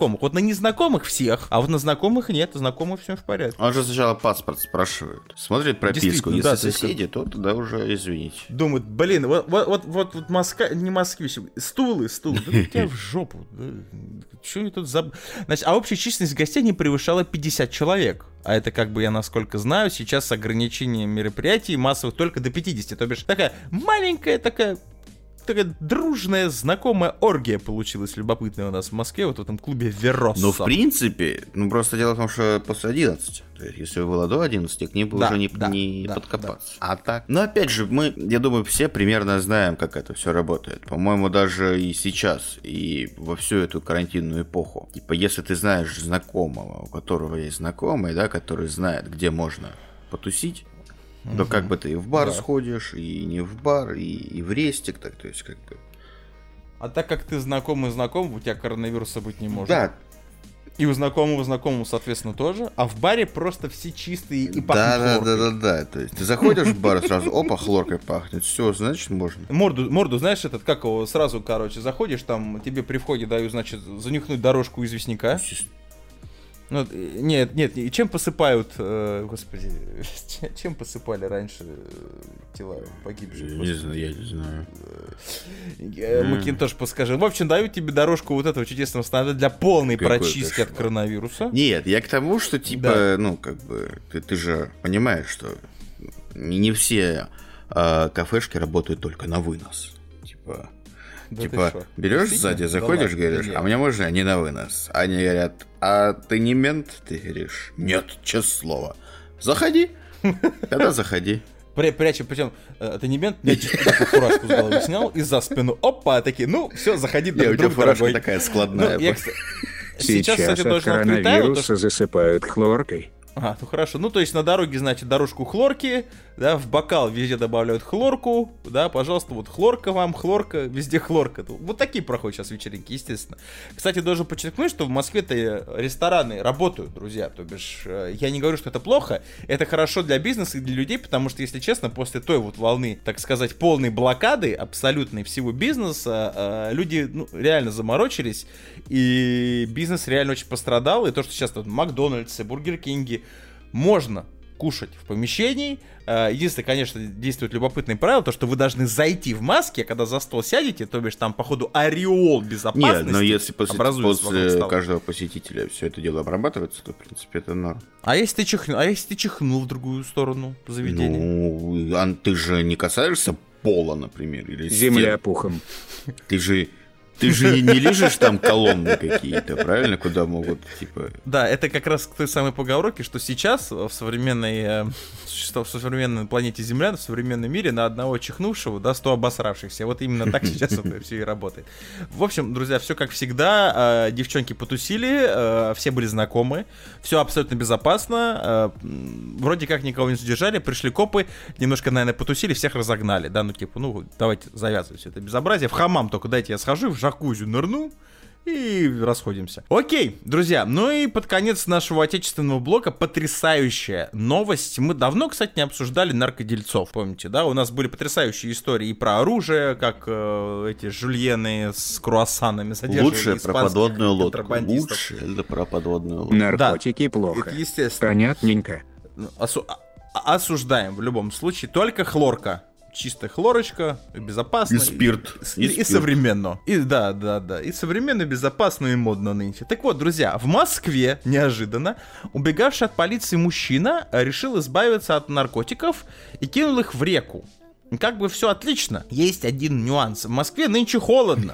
незнакомых всех, а вот на знакомых нет, знакомых все в порядке. Он же сначала паспорт спрашивает. Смотрит прописку. Если да, соседи, то тогда уже извините. Думают, блин, вот, вот, вот, вот, вот Москва, не москвич, стулы, стулы, да у тебя в жопу. Что они тут заб... Значит, а общая численность гостей не превышала пятьдесят человек. А это, как бы я насколько знаю, сейчас ограничение мероприятий массовых только до пятидесяти. То бишь такая маленькая такая... такая дружная, знакомая оргия получилась любопытная у нас в Москве, вот в этом клубе Вероса. Ну, в принципе, ну просто дело в том, что после одиннадцати, то есть, если было до одиннадцати, к ним Да, уже не, да, не да, подкопаться. Да. А так? Ну, опять же, мы, я думаю, все примерно знаем, как это все работает. По-моему, даже и сейчас, и во всю эту карантинную эпоху. Типа, если ты знаешь знакомого, у которого есть знакомый, да, который знает, где можно потусить, да угу. как бы ты и в бар да. сходишь, и не в бар, и, и в рестик, так, то есть как бы... А так как ты знакомый знаком, у тебя коронавируса быть не может. Да. И у знакомого знакомого, соответственно, тоже. А в баре просто все чистые и пахнут да, хлоркой. Да, да, да, да. То есть ты заходишь в бар, сразу, опа, хлоркой пахнет. Все, значит, можно. Морду, морду, знаешь, этот, как его, сразу, короче, заходишь, там тебе при входе дают, значит, занюхнуть дорожку известняка. Ну, нет, нет, и чем посыпают, э, господи, чем посыпали раньше тела погибших? Не знаю, я не знаю. Э, Макинтош, подскажи. В общем, дают тебе дорожку вот этого чудесного стандарта для полной Какой прочистки от коронавируса. Нет, я к тому, что, типа, да. ну, как бы, ты, ты же понимаешь, что не, не все э, кафешки работают только на вынос. Типа... Да типа, берешь сзади, заходишь, да говоришь, а мне можно не на вынос. Они говорят, а ты не мент? Ты говоришь, нет, честное слово. Заходи, тогда заходи. Прячем, причем, ты не мент, я чисто такую фуражку с головы снял и за спину, опа, такие, ну, все, заходи, друг, у тебя фуражка такая складная. Сейчас, кстати, от коронавируса засыпают хлоркой. А, ну хорошо. Ну, то есть на дороге, значит, дорожку хлорки, да, в бокал везде добавляют хлорку, да, пожалуйста, вот хлорка вам, хлорка, везде хлорка. Вот такие проходят сейчас вечеринки, естественно. Кстати, должен подчеркнуть, что в Москве-то рестораны работают, друзья, то бишь, я не говорю, что это плохо, это хорошо для бизнеса и для людей, потому что, если честно, после той вот волны, так сказать, полной блокады абсолютной всего бизнеса, люди, ну, реально заморочились, и бизнес реально очень пострадал, и то, что сейчас тут Макдональдсы, Бургер Кинги, можно кушать в помещении. Единственное, конечно, действует любопытное правило, то, что вы должны зайти в маске, когда за стол сядете, то бишь там, походу, ореол безопасности. Нет, но если после, после каждого посетителя все это дело обрабатывается, то, в принципе, это норм. А если ты чихнул, а если ты чихнул в другую сторону заведения? Ну, а ты же не касаешься пола, например, или земля стен. Пухом. Ты же... Ты же не лежишь там колонны какие-то, правильно, куда могут, типа... Да, это как раз к той самой поговорке, что сейчас в современной, в современной планете Земля, в современном мире на одного чихнувшего, да, сто обосравшихся. Вот именно так сейчас это все и работает. В общем, друзья, все как всегда. Девчонки потусили, все были знакомы, все абсолютно безопасно. Вроде как никого не задержали, пришли копы, немножко, наверное, потусили, всех разогнали, да, ну, типа, ну, давайте завязывать все это безобразие. В хамам только дайте я схожу, в джакузи нырну и расходимся. Окей, друзья, ну и под конец нашего отечественного блока потрясающая новость. Мы давно, кстати, не обсуждали наркодельцов, помните, да? У нас были потрясающие истории и про оружие, как э, эти жульены с круассанами задерживали лучшая про подводную лодку. Лучшая это про подводную лодку. Наркотики да, плохо. Это естественно. Понятненько. Осу- осуждаем в любом случае. Только хлорка. Чистая хлорочка, безопасно. И спирт. И, и, и, и современно. И, да, да, да. И современно, безопасно и модно нынче. Так вот, друзья, в Москве неожиданно убегавший от полиции мужчина решил избавиться от наркотиков и кинул их в реку. Как бы все отлично. Есть один нюанс. В Москве нынче холодно.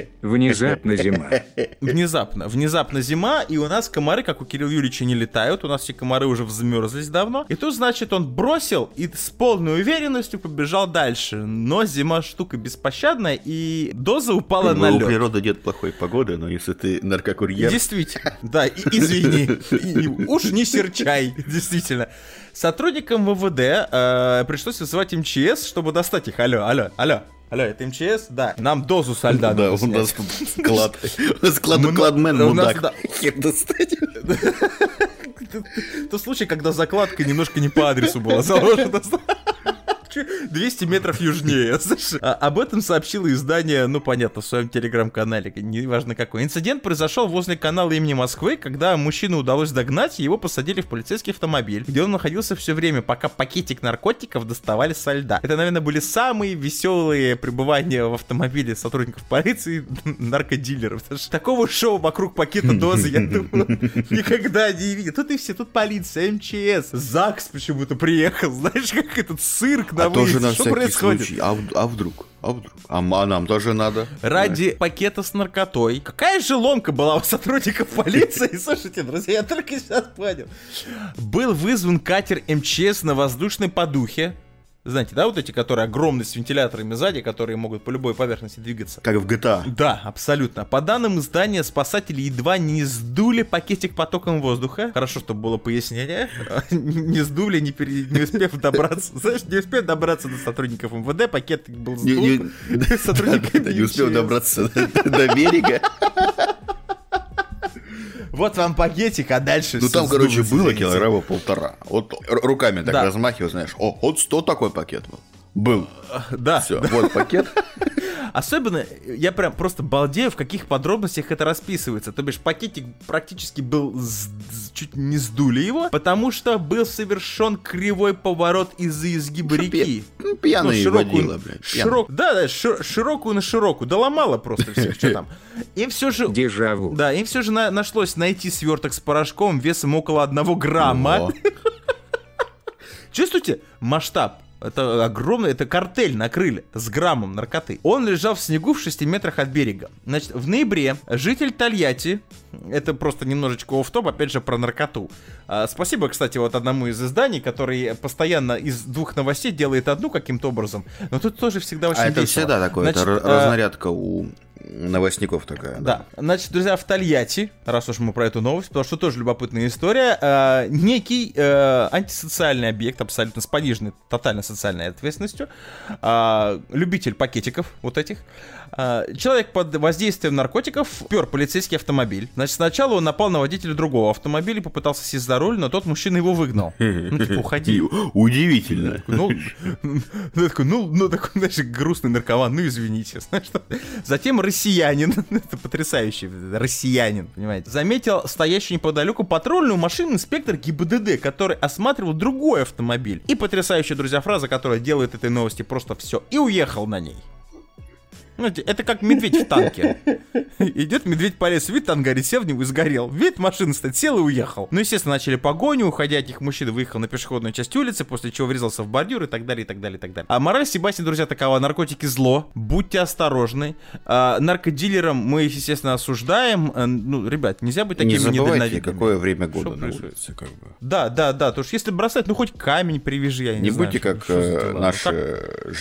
Внезапно зима. Внезапно. Внезапно зима, и у нас комары, как у Кирилла Юрьевича, не летают. У нас все комары уже взмерзлись давно. И тут, значит, он бросил и с полной уверенностью побежал дальше. Но зима штука беспощадная, и доза упала на лед. У природы нет плохой погоды, но если ты наркокурьер... Действительно. Да, и, извини. И, и, уж не серчай. Действительно. Сотрудникам МВД э, пришлось вызывать МЧС, чтобы достать их. Алло, алло, алло. Алло, это МЧС? Да. Нам дозу со льда да, надо у нас тут склад. Складмен мудак. Хер достать. Это случай, когда закладка немножко не по адресу была заложена. двести метров южнее. А, об этом сообщило издание, ну, понятно, в своем телеграм-канале, неважно какой. Инцидент произошел возле канала имени Москвы, когда мужчину удалось догнать, его посадили в полицейский автомобиль, где он находился все время, пока пакетик наркотиков доставали со льда. Это, наверное, были самые веселые пребывания в автомобиле сотрудников полиции наркодилеров. Такого шоу вокруг пакета дозы, я думаю, никогда не видел. Тут и все, тут полиция, эм че эс, ЗАГС почему-то приехал, знаешь, как этот цирк на а выезде. Тоже на что всякий происходит? Случай. А, а вдруг? А вдруг? А, а нам тоже надо. Ради да. пакета с наркотой. Какая же ломка была у сотрудников полиции? Слушайте, друзья, я только сейчас понял. Был вызван катер эм че эс на воздушной подухе. Знаете, да, вот эти, которые огромные, с вентиляторами сзади, которые могут по любой поверхности двигаться. Как в джи ти эй. Да, абсолютно. По данным издания, спасатели едва не сдули пакетик потоком воздуха. Хорошо, чтобы было пояснение. Не сдули, не, пере... не успев добраться. Знаешь, не успев добраться до сотрудников эм вэ дэ, пакет был сдут. Не успев добраться до берега. Вот вам пакетик, а дальше... Ну там, короче, было килограмма полтора. Вот руками так да. размахивал, знаешь. О, вот сто такой пакет был. Был. Да. Все, вот пакет. Особенно, я прям просто балдею, в каких подробностях это расписывается. То бишь, пакетик практически был... С... Чуть не сдули его, потому что был совершен кривой поворот из-за изгиба Шо, реки. Ну, пьяный ну, водила, блядь. Широк... Да, да, шир... широкую на широкую. Да ломало просто всех, что там. Им все же... Дежаву. Да, им все же на... нашлось найти сверток с порошком весом около одного грамма. Чувствуете масштаб? Это огромный, это картель накрыли с граммом наркоты. Он лежал в снегу в шести метрах от берега. Значит, в ноябре житель Тольятти, это просто немножечко офф-топ, опять же, про наркоту. А, спасибо, кстати, вот одному из изданий, который постоянно из двух новостей делает одну каким-то образом, но тут тоже всегда очень а весело. Это всегда такое, Значит, это а... разнарядка у... новостников такая. Да. да. Значит, друзья, в Тольятти, раз уж мы про эту новость, потому что тоже любопытная история, э, некий э, антисоциальный объект, абсолютно с пониженной, тотально социальной ответственностью, э, любитель пакетиков вот этих, э, человек под воздействием наркотиков пер полицейский автомобиль. Значит, сначала он напал на водителя другого автомобиля, попытался сесть за руль, но тот мужчина его выгнал. Ну, типа, уходи. Удивительно. Ну, такой, ну, ну, такой, знаешь, грустный наркоман, ну, извините. Затем россиянин, это потрясающий россиянин, понимаете, заметил стоящую неподалеку патрульную машину инспектор гэ и бэ дэ дэ, который осматривал другой автомобиль. И потрясающая, друзья, фраза, которая делает этой новости просто все. И уехал на ней. Знаете, это как медведь в танке. Идет медведь по лесу, видит, танк горит, сел в него и сгорел. Видит, машина стоит, сел и уехал. Ну, естественно, начали погоню, уходя от них мужчина выехал на пешеходную часть улицы, после чего врезался в бордюр и так далее, и так далее, и так далее. А мораль Себастьян, друзья, такова: наркотики зло, будьте осторожны. А, наркодилерам мы, естественно, осуждаем. А, ну, ребят, нельзя быть такими недальновидными. Не забывайте, какое время года на улице, как бы. Да, да, да, потому что если бросать, ну, хоть камень привяжи, я не, не знаю. Не будьте как э, наши ну,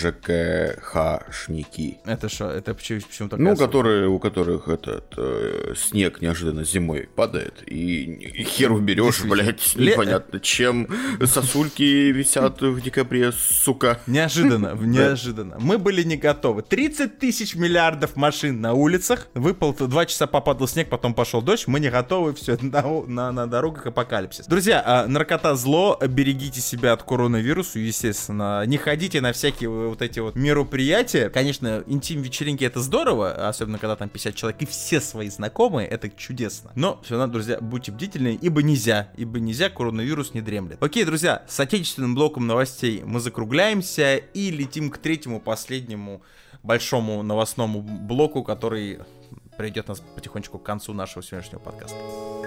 ЖКХшники. Это что? Это почему, почему такая Ну, особая? которые, у которых этот э, снег неожиданно зимой падает, и, и хер уберешь, блядь, Ле... непонятно чем. Сосульки висят в декабре, сука. Неожиданно, неожиданно. Мы были не готовы. тридцать тысяч миллиардов машин на улицах. Выпал два часа, попадал снег, потом пошел дождь. Мы не готовы, все, на, на, на дорогах апокалипсис. Друзья, наркота зло, берегите себя от коронавируса, естественно. Не ходите на всякие вот эти вот мероприятия. Конечно, интим-вечеринки — это здорово, особенно когда там пятьдесят человек и все свои знакомые, это чудесно. Но все равно, друзья, будьте бдительны, ибо нельзя, ибо нельзя, коронавирус не дремлет. Окей, друзья, с отечественным блоком новостей мы закругляемся и летим к третьему, последнему большому новостному блоку, который придет нас потихонечку к концу нашего сегодняшнего подкаста.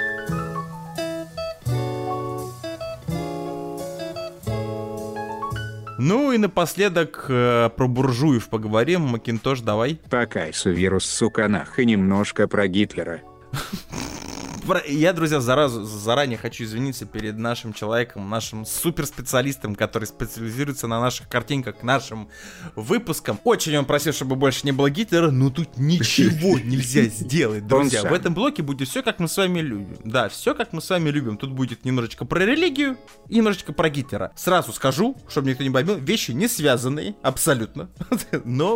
Ну и напоследок э, про буржуев поговорим. Макинтош, давай. По кайсу вирус, сука, нах, и немножко про Гитлера. Я, друзья, зараз, заранее хочу извиниться перед нашим человеком, нашим суперспециалистом, который специализируется на наших картинках, к нашим выпускам. Очень он просил, чтобы больше не было Гитлера, но тут ничего нельзя сделать, друзья. В этом блоке будет все, как мы с вами любим. Да, все, как мы с вами любим. Тут будет немножечко про религию и немножечко про Гитлера. Сразу скажу, чтобы никто не бомбил, вещи не связанные, абсолютно, но...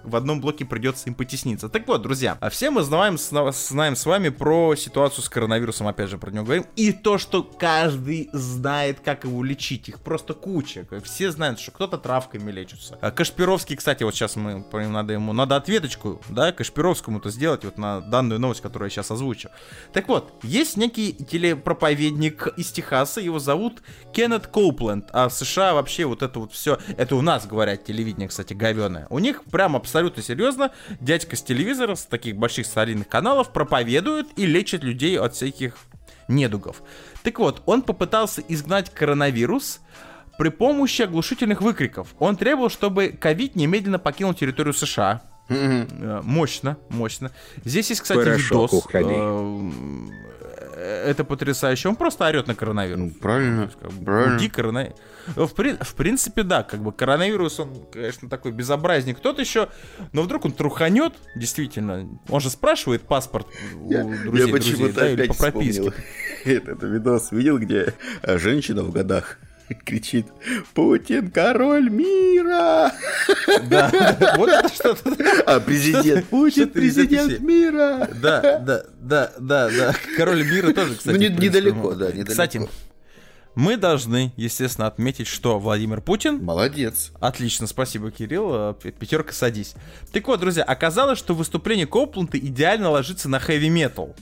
в одном блоке придется им потесниться. Так вот, друзья, все мы знаем, знаем с вами про ситуацию с коронавирусом, опять же, про него говорим, и то, что каждый знает, как его лечить, их просто куча. Все знают, что кто-то травками лечится. Кашпировский, кстати, вот сейчас мы, надо ему, надо ответочку, да, Кашпировскому-то сделать вот на данную новость, которую я сейчас озвучу. Так вот, есть некий телепроповедник из Техаса, его зовут Кеннет Коупленд, а в США вообще вот это вот все, это у нас, говорят, телевидение, кстати, говёное. У них прям абсолютно серьезно дядька с телевизора, с таких больших старинных каналов проповедует и лечит людей от всяких недугов. Так вот, он попытался изгнать коронавирус при помощи оглушительных выкриков. Он требовал, чтобы ковид немедленно покинул территорию США. Mm-hmm. Мощно, мощно. Здесь есть, кстати, Порошок, видос. уходи. Это потрясающе. Он просто орет на коронавирус. Ну, правильно, как бы, правильно. Уйди, коронавирус. В, при... в принципе, да, как бы коронавирус, он, конечно, такой безобразник. Тот еще, но вдруг он труханет, действительно. Он же спрашивает паспорт у я, друзей, я друзей, почему-то да, или опять по прописке. Этот видос видел, где женщина в годах кричит: «Путин король мира!» Да, вот это что-то. А президент: «Путин президент мира!» Да, да, да, да, да. Король мира тоже, кстати. Ну, недалеко, да, недалеко. Кстати, мы должны, естественно, отметить, что Владимир Путин... Молодец. Отлично, спасибо, Кирилл. Пятерка, садись. Так вот, друзья, оказалось, что выступление Коупленда идеально ложится на хэви-метал.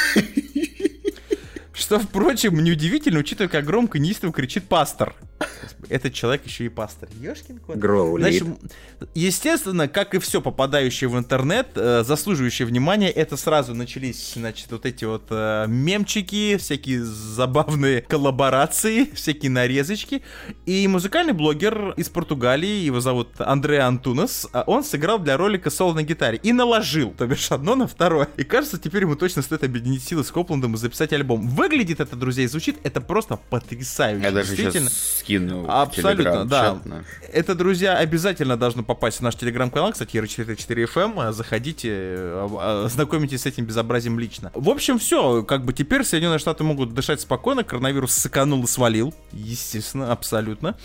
Что, впрочем, неудивительно, учитывая, как громко неистово кричит пастор. Этот человек еще и пастор. Ёшкин кот. Гроулит. Значит, естественно, как и все попадающее в интернет, э, заслуживающее внимания, это сразу начались, значит, вот эти вот э, мемчики, всякие забавные коллаборации, всякие нарезочки. И музыкальный блогер из Португалии, его зовут Андреа Антунес, он сыграл для ролика соло на гитаре и наложил, то бишь одно на второе. И кажется, теперь ему точно стоит объединить силы с Коплендом и записать альбом. Выглядит это, друзья, и звучит это просто потрясающе. Я даже действительно. сейчас скину Абсолютно, в да. Telegram-чат наш. Это, друзья, обязательно должно попасть в наш телеграм-канал, кстати, эр четыре четыре эф эм. Заходите, знакомитесь с этим безобразием лично. В общем, все, как бы теперь Соединенные Штаты могут дышать спокойно, коронавирус сыканул и свалил. Естественно, абсолютно.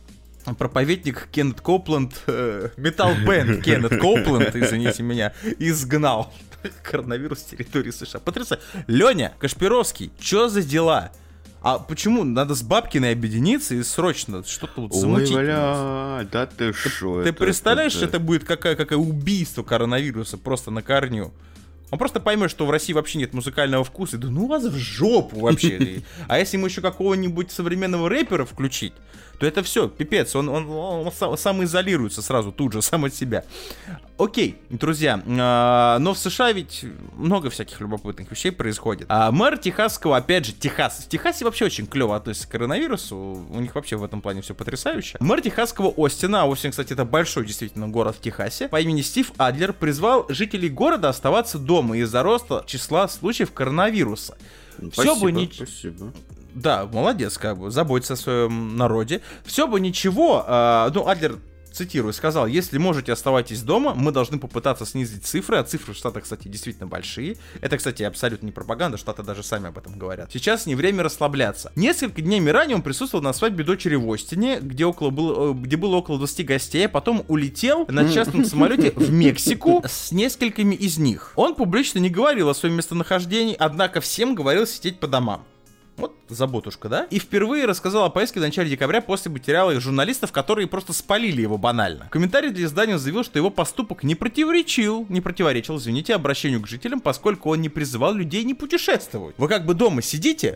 Проповедник Кеннет Коупленд, метал-бэнд Кеннет Коупленд, извините меня, изгнал коронавирус с территории США. Потрясающе. Леня Кашпировский, чё за дела? А почему? Надо с Бабкиной объединиться и срочно что-то вот замутить. Ой, бля, да ты шо. Ты это, представляешь, это, это будет какое, какое убийство коронавируса просто на корню. Он просто поймет, что в России вообще нет музыкального вкуса, и да ну вас в жопу вообще. А если ему еще какого-нибудь современного рэпера включить, то это все, пипец, он, он, он самоизолируется сразу тут же, сам от себя. Окей, друзья, э, но в США ведь много всяких любопытных вещей происходит. А мэр Техасского, опять же, Техас. В Техасе вообще очень клево относится к коронавирусу, у них вообще в этом плане все потрясающе. Мэр Техасского Остина, а Остин, кстати, это большой действительно город в Техасе, по имени Стив Адлер призвал жителей города оставаться дома из-за роста числа случаев коронавируса. Спасибо, Все бы не... спасибо. Да, молодец, как бы, заботится о своем народе. Все бы ничего, э, ну, Адлер, цитирую, сказал: если можете, оставайтесь дома, мы должны попытаться снизить цифры, а цифры в Штатах, кстати, действительно большие. Это, кстати, абсолютно не пропаганда, Штаты даже сами об этом говорят. Сейчас не время расслабляться. Несколько дней ранее он присутствовал на свадьбе дочери в Остине, где, около было, где было около двадцати гостей, а потом улетел на частном самолете в Мексику с несколькими из них. Он публично не говорил о своем местонахождении, однако всем говорил сидеть по домам. Вот заботушка, да? И впервые рассказал о поездке в начале декабря после материала журналистов, которые просто спалили его банально. В комментарии для издания он заявил, что его поступок не противоречил, не противоречил, извините, обращению к жителям, поскольку он не призывал людей не путешествовать. Вы как бы дома сидите,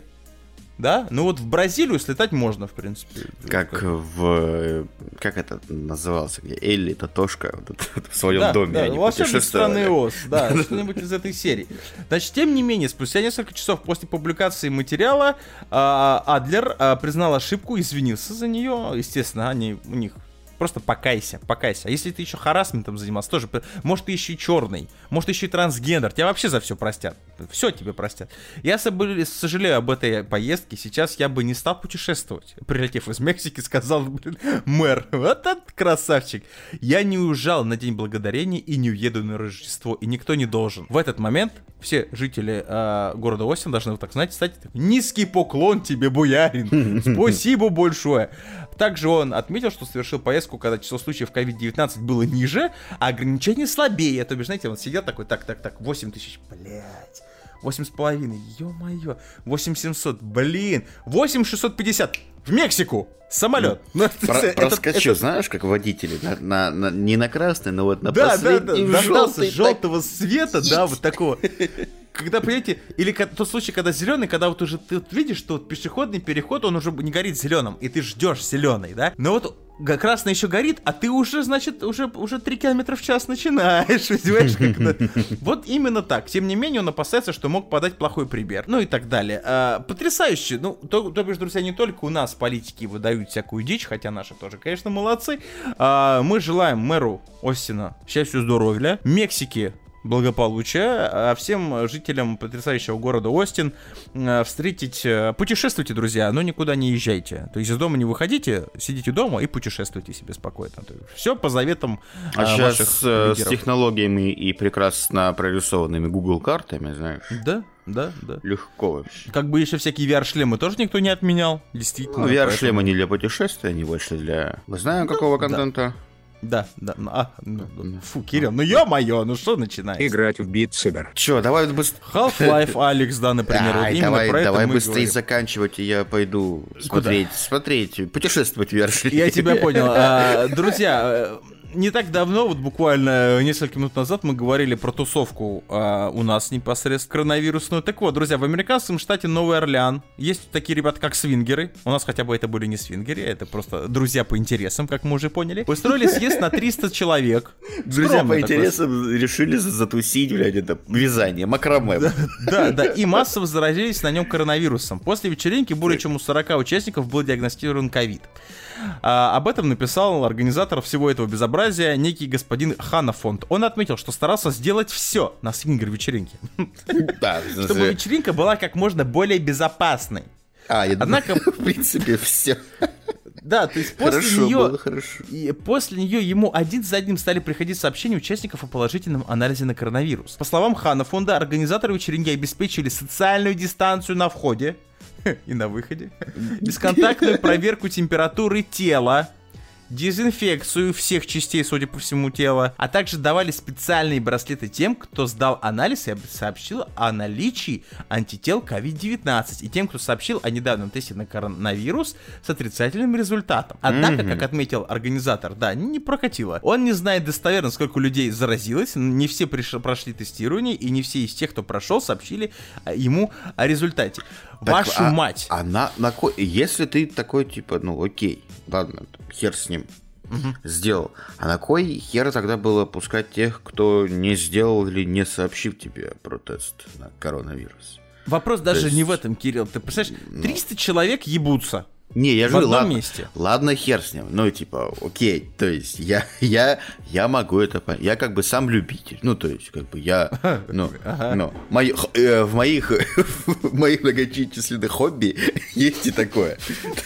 да? Ну вот в Бразилию слетать можно, в принципе. Как в... Как это назывался? Где Элли, Татошка вот это, в своем да, доме да, они волшебный путешествовали. страны Оз, да, что-нибудь из этой серии. Значит, тем не менее, спустя несколько часов после публикации материала а, Адлер а, признал ошибку, извинился за нее. Естественно, они у них... Просто покайся, покайся. А если ты еще харассментом занимался, тоже, может, ты еще и черный, может, еще и трансгендер, тебя вообще за все простят. Все тебе простят. Я сожалею об этой поездке. Сейчас я бы не стал путешествовать. Прилетев из Мексики, сказал, блин, мэр, вот этот красавчик. Я не уезжал на День Благодарения и не уеду на Рождество, и никто не должен. В этот момент все жители э, города Остин должны, вот так, знаете, стать, низкий поклон тебе, боярин. Спасибо большое. Также он отметил, что совершил поездку, когда число случаев ковид девятнадцать было ниже, а ограничения слабее. То бишь, знаете, он сидел такой, так, так, так, восемь тысяч, блядь, восемь с половиной, ё-моё, восемь семьсот, блин, восемь шестьсот пятьдесят в Мексику. Самолет. Ну, Про, это, проскочу, это... знаешь, как водители, на, на, на, не на красный, но вот на да, последний да, да, желтый. Желтого так... света, да, вот такого. Когда, понимаете, или тот случай, когда зеленый, когда вот уже ты вот видишь, что вот пешеходный переход, он уже не горит зеленым, и ты ждешь зеленый, да? Но вот красный еще горит, а ты уже, значит, уже, уже три километра в час начинаешь, понимаешь, когда... Вот именно так. Тем не менее, он опасается, что мог подать плохой пример, ну и так далее. А, потрясающе. Ну, то, то бишь, друзья, не только у нас политики выдают всякую дичь, хотя наши тоже, конечно, молодцы. А, мы желаем мэру Остина счастья, здоровья, Мексики благополучия, а всем жителям потрясающего города Остин встретить... Путешествуйте, друзья, но никуда не езжайте. То есть из дома не выходите, сидите дома и путешествуйте себе спокойно. Все по заветам а а, сейчас ваших с, лидеров. С технологиями и прекрасно прорисованными Google картами, знаешь. Да, да, да. Легко вообще. Как бы еще всякие ви ар-шлемы тоже никто не отменял, действительно. Ну, ви ар-шлемы поэтому... не для путешествия, они больше для... Мы знаем, ну, какого контента? Да. Да, да, а, ну, фу, Кирилл, ну ё-моё, ну что начинается? Играть в Beat Saber. Чё, давай быстрее. Half-Life, Алекс, да, например, Ай, вот давай, про давай это быстрее заканчивать, и я пойду смотреть, смотреть, путешествовать в вершине. Я тебя понял. А, друзья, не так давно, вот буквально несколько минут назад мы говорили про тусовку а, у нас непосредственно коронавирусную. Так вот, друзья, в американском штате Новый Орлеан есть такие ребята, как свингеры. У нас хотя бы это были не свингеры, это просто друзья по интересам, как мы уже поняли. Устроили съезд на триста человек. Друзья по интересам решили затусить, блядь, это вязание, макраме. Да, да, и массово заразились на нем коронавирусом. После вечеринки более чем у сорока участников был диагностирован ковид. А, об этом написал организатор всего этого безобразия некий господин Ханафонд. Он отметил, что старался сделать все на свингер-вечеринке, чтобы вечеринка была как можно более безопасной. А, я Однако, думаю, в принципе, все. Да, то есть после хорошо, нее, и после нее ему один за одним стали приходить сообщения участников о положительном анализе на коронавирус. По словам Ханафонда, организаторы вечеринки обеспечили социальную дистанцию на входе и на выходе, бесконтактную проверку температуры тела, дезинфекцию всех частей, судя по всему, тела, а также давали специальные браслеты тем, кто сдал анализ и сообщил о наличии антител ковид девятнадцать, и тем, кто сообщил о недавнем тесте на коронавирус с отрицательным результатом. Однако, mm-hmm. как отметил организатор, да, не прокатило. Он не знает достоверно, сколько людей заразилось, не все приш- прошли тестирование, и не все из тех, кто прошел, сообщили ему о результате. Так, Вашу а, мать! А на, на ко... Если ты такой, типа, ну окей, ладно, хер с ним, угу. сделал. А на кой хер тогда было пускать тех, кто не сделал или не сообщил тебе про тест на коронавирус? Вопрос даже есть... не в этом, Кирилл. Ты представляешь, триста ну... человек ебутся. Не, я в же одном ладно, месте. Ладно, хер с ним. Ну, типа, окей. То есть, я, я, я могу это понять. Я как бы сам любитель. Ну, то есть, как бы я. Ну, ага. ну мои, э, в моих в моих многочисленных хобби есть и такое.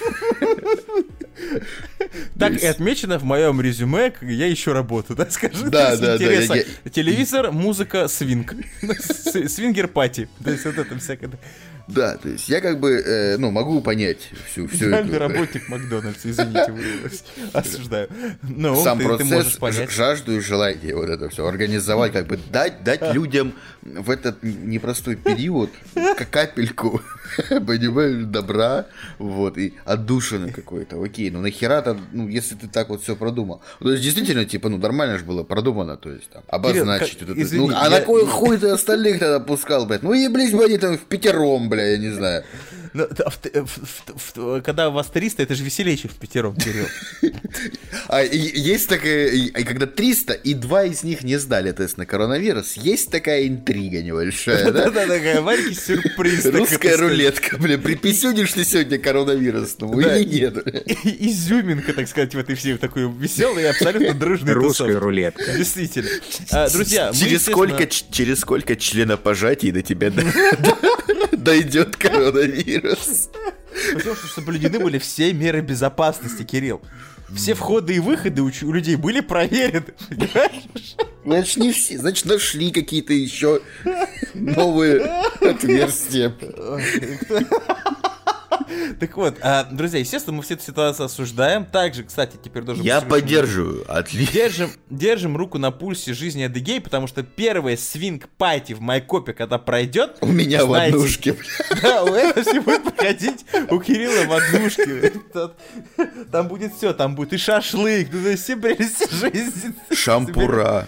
Так и отмечено в моем резюме, я еще работаю, да, скажи, да, да, да, я... телевизор, музыка, свинг, свингер-пати, то есть вот это всякое. Да, то есть я как бы, э, ну, могу понять всю, всю Идеальный эту... работник Макдональдса, извините, вырвалось, осуждаю. Но сам ты, процесс, ты жажду и желание вот это все организовать, как бы дать, дать людям в этот непростой период капельку, понимаешь, добра, вот, и отдушины какой-то, окей, ну нахера-то, ну, если ты так вот все продумал. То есть действительно, типа, ну, нормально же было продумано, то есть там, обозначить. Кирилл, как... Извини, ну, а я... на кой хуй ты остальных тогда пускал, блядь? Ну, еблись бы они там в пятером, бля, я не знаю. Но, в, в, в, в, когда у вас триста, это же веселее, чем в пятером, Кирилл. А есть такая, когда триста, и два из них не сдали тест на коронавирус, есть такая интрига небольшая, да? Да-да, такая маленький сюрприз. Русская рулетка, бля, приписюнишь ты сегодня коронавирусному или нет? Изюминка, так сказать, в этой всей такой веселой и абсолютно дружной тусовке. Русская рулетка. Действительно. Друзья, через сколько через сколько членопожатий до тебя дойдет коронавирус? Потому что соблюдены были все меры безопасности, Кирилл. Все входы и выходы у, у людей были проверены, понимаешь? Значит, не все. Значит, нашли какие-то еще новые отверстия. Так вот, а, друзья, естественно, мы всю эту ситуацию осуждаем. Также, кстати, теперь должен... Я поддерживаю, отлично. Держим, держим руку на пульсе жизни адыгей, потому что первая свинг-пати в Майкопе, когда пройдет... У меня знаете, в однушке. Да, у этого все будет проходить у Кирилла в однушке. Там будет все, там будет и шашлык, ну, все прелести жизни. Шампура.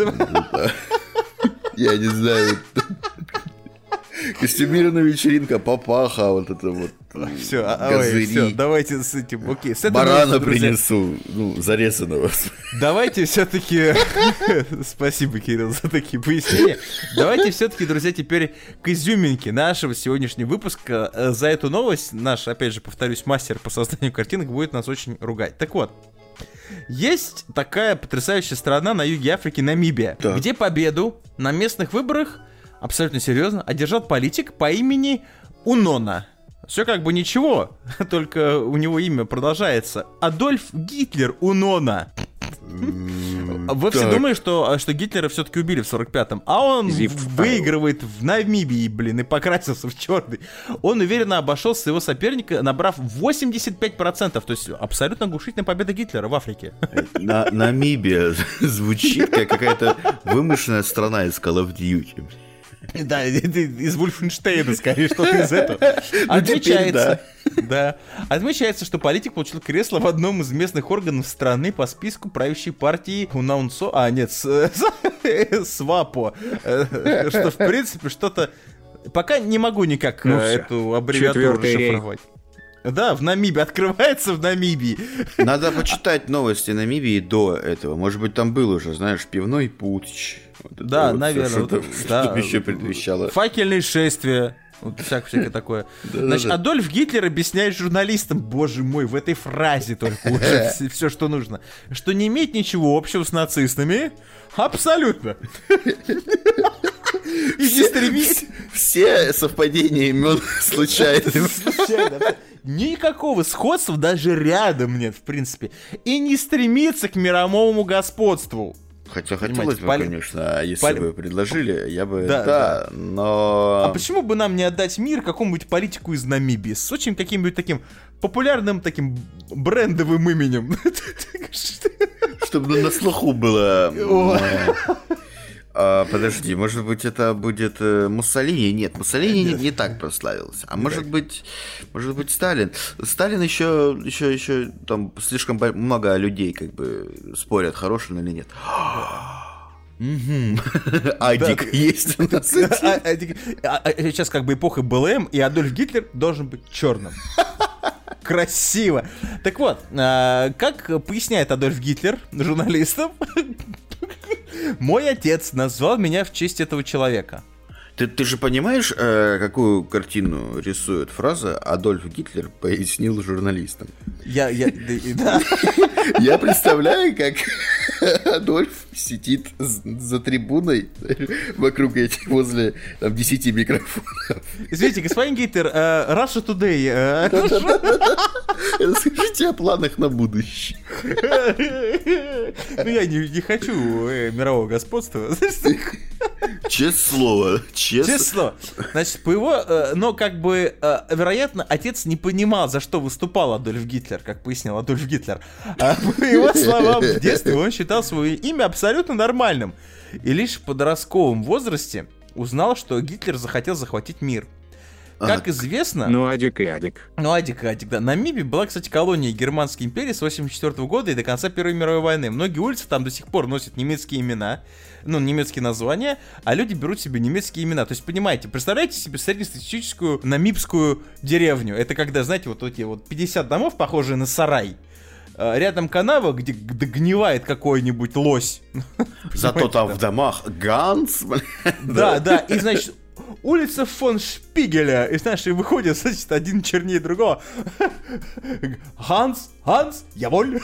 Я не знаю... Костюмированная вечеринка, папаха, вот это вот. Все, а, ой, все, давайте с этим, окей. С барана мы, друзья, принесу, ну, зарезанного. Давайте все-таки, спасибо, Кирилл, за такие пояснения. Давайте все-таки, друзья, теперь к изюминке нашего сегодняшнего выпуска. За эту новость наш, опять же, повторюсь, мастер по созданию картинок будет нас очень ругать. Так вот, есть такая потрясающая страна на юге Африки, Намибия, так. где победу на местных выборах абсолютно серьезно одержал политик по имени Унона. Все как бы ничего, только у него имя продолжается. Адольф Гитлер Унона. Вы все думали, что, что Гитлера все-таки убили в сорок пятом, а он Зив выигрывает в Намибии, блин, и покрасился в черный. Он уверенно обошел своего соперника, набрав восемьдесят пять процентов, то есть абсолютно оглушительная победа Гитлера в Африке. На, Намибия звучит как какая-то вымышленная страна из Call of Duty. Да, из Вульфенштейна, скорее, что-то из этого. Отмечается, да. Отмечается, что политик получил кресло в одном из местных органов страны по списку правящей партии Унаунсо, а нет, СВАПО, что в принципе что-то... Пока не могу никак ну, эту аббревиатуру расшифровать. Да, в Намибии, открывается в Намибии. Надо почитать новости Намибии до этого. Может быть, там был уже, знаешь, пивной путь. Вот да, вот наверное. Что-то, вот, да, что-то еще предвещало. Факельные шествия. Вот всякое, всякое такое. Значит, Адольф Гитлер объясняет журналистам, боже мой, в этой фразе только уже все, что нужно, что не имеет ничего общего с нацистами. Абсолютно. И не стремится... Все совпадения имен случайны. Никакого сходства даже рядом нет, в принципе. И не стремится к мировому господству. Хотя хотелось бы, поли... конечно, если поли... бы предложили, я бы, да, да, да, но... А почему бы нам не отдать мир какому-нибудь политику из Намибии с очень каким-нибудь таким популярным таким брендовым именем? Чтобы на слуху было... А, подожди, может быть, это будет э, Муссолини? Нет, Муссолини не, не так прославился. А может быть, может быть, Сталин. Сталин еще, еще, еще там слишком много людей как бы спорят, хороший он или нет. Адик есть у нас. Сейчас как бы эпоха БЛМ, и Адольф Гитлер должен быть черным. Красиво. Так вот, как поясняет Адольф Гитлер журналистам, мой отец назвал меня в честь этого человека. Ты, ты же понимаешь, э, какую картину рисует фраза «Адольф Гитлер пояснил журналистам»? Я, я, да. Я представляю, как Адольф сидит за трибуной вокруг этих, возле там, десяти микрофонов. Извините, господин Гитлер, uh, Russia Today. Uh, Расскажите о планах на будущее. Ну, я не, не хочу э, мирового господства. Честное слово. Честное слово. Значит, по его... Э, но, как бы, э, вероятно, отец не понимал, за что выступал Адольф Гитлер, как пояснил Адольф Гитлер. А по его словам, в детстве он считал свое имя абсолютно нормальным. И лишь в подростковом возрасте узнал, что Гитлер захотел захватить мир. Как известно... Ну, Адик и Адик. Ну, Адик и Адик, да. Намибия была, кстати, колонией Германской империи с восемьдесят четвёртого года и до конца Первой мировой войны. Многие улицы там до сих пор носят немецкие имена, ну, немецкие названия, а люди берут себе немецкие имена. То есть, понимаете, представляете себе среднестатистическую намибскую деревню. Это когда, знаете, вот эти вот пятьдесят домов, похожие на сарай. Рядом канава, где догнивает какой-нибудь лось. Зато там в домах Ганс. Да, да, и, значит... Улица фон Шпигеля. И знаешь, и выходит, значит, один чернее другого. Ханс, Ханс, яволь.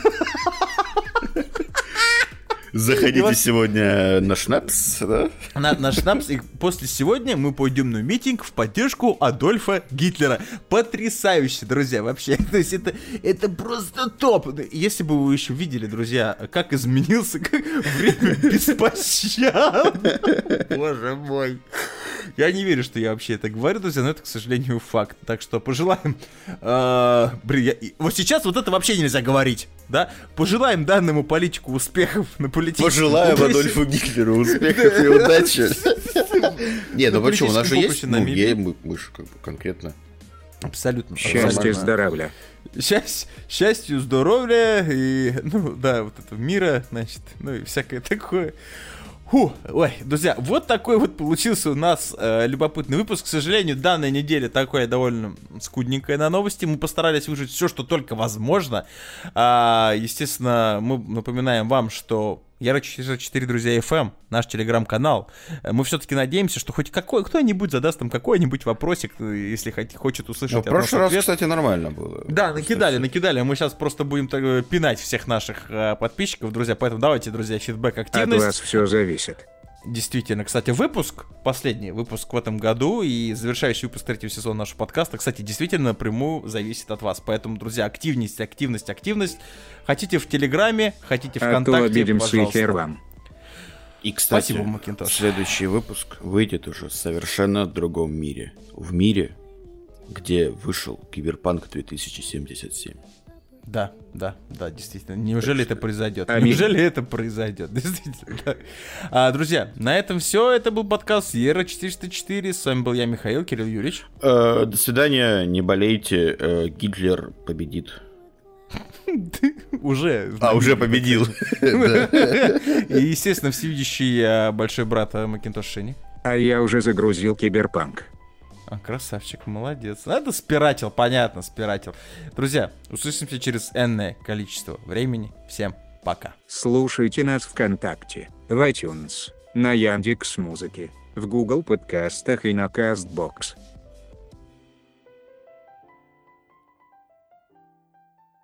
Заходите вот сегодня на шнапс, да? На, на шнапс, и после сегодня мы пойдем на митинг в поддержку Адольфа Гитлера. Потрясающе, друзья, вообще. То есть это, это просто топ. Если бы вы еще видели, друзья, как изменился как время беспощадно. Боже мой. Я не верю, что я вообще это говорю, друзья, но это, к сожалению, факт. Так что пожелаем... э, блин, я- вот сейчас вот это вообще нельзя говорить, да? Пожелаем данному политику успехов на политическом Пожелаем поприще. Адольфу Гитлеру успехов и удачи. Не, ну На почему, у нас же политическом есть, поприще на ну, мире. е- мы мы же как бы конкретно. Абсолютно. Счастья, Нормально. здоровья. Счастье, счастью, здоровья и, ну, да, вот этого мира, значит, ну и всякое такое. Фу, ой, друзья, вот такой вот получился у нас э, любопытный выпуск. К сожалению, данная неделя такая довольно скудненькая на новости. Мы постарались выжить все, что только возможно. А, естественно, мы напоминаем вам, что Яра шестьдесят четыре, друзья, эф эм, наш телеграм-канал. Мы все-таки надеемся, что хоть какой, кто-нибудь задаст там какой-нибудь вопросик, если хоть, хочет услышать Ну, в от нас прошлый раз, ответ. кстати, нормально было. Да, накидали, накидали. Мы сейчас просто будем так, э, пинать всех наших э, подписчиков, друзья. Поэтому давайте, друзья, фидбэк, От активность. вас все зависит. Действительно, кстати, выпуск, последний выпуск в этом году и завершающий выпуск третьего сезона нашего подкаста, кстати, действительно напрямую зависит от вас. Поэтому, друзья, активность, активность, активность. Хотите в Телеграме, хотите А то ВКонтакте, обидимся и пожалуйста. хер вам. И, кстати, Спасибо, Макинтош. следующий выпуск выйдет уже в совершенно другом мире. В мире, где вышел Киберпанк две тысячи семьдесят семь. Да, да, да, действительно. Неужели это произойдет? Аминь. Неужели это произойдет? Действительно, да. А, друзья, на этом все. Это был подкаст Ера четыреста четыре. С вами был я, Михаил, Кирилл Юрьевич. Э, до свидания, не болейте, э, Гитлер победит. Уже. А, уже победил. Да. И, естественно, всевидящий а, большой брат а, Макинтош Шини. А я уже загрузил Киберпанк. А, красавчик, молодец. Ну, это спиратил, понятно, спиратил. Друзья, услышимся через энное количество времени. Всем пока. Слушайте нас ВКонтакте, в iTunes, на Яндекс.Музыке, в Google подкастах и на Castbox.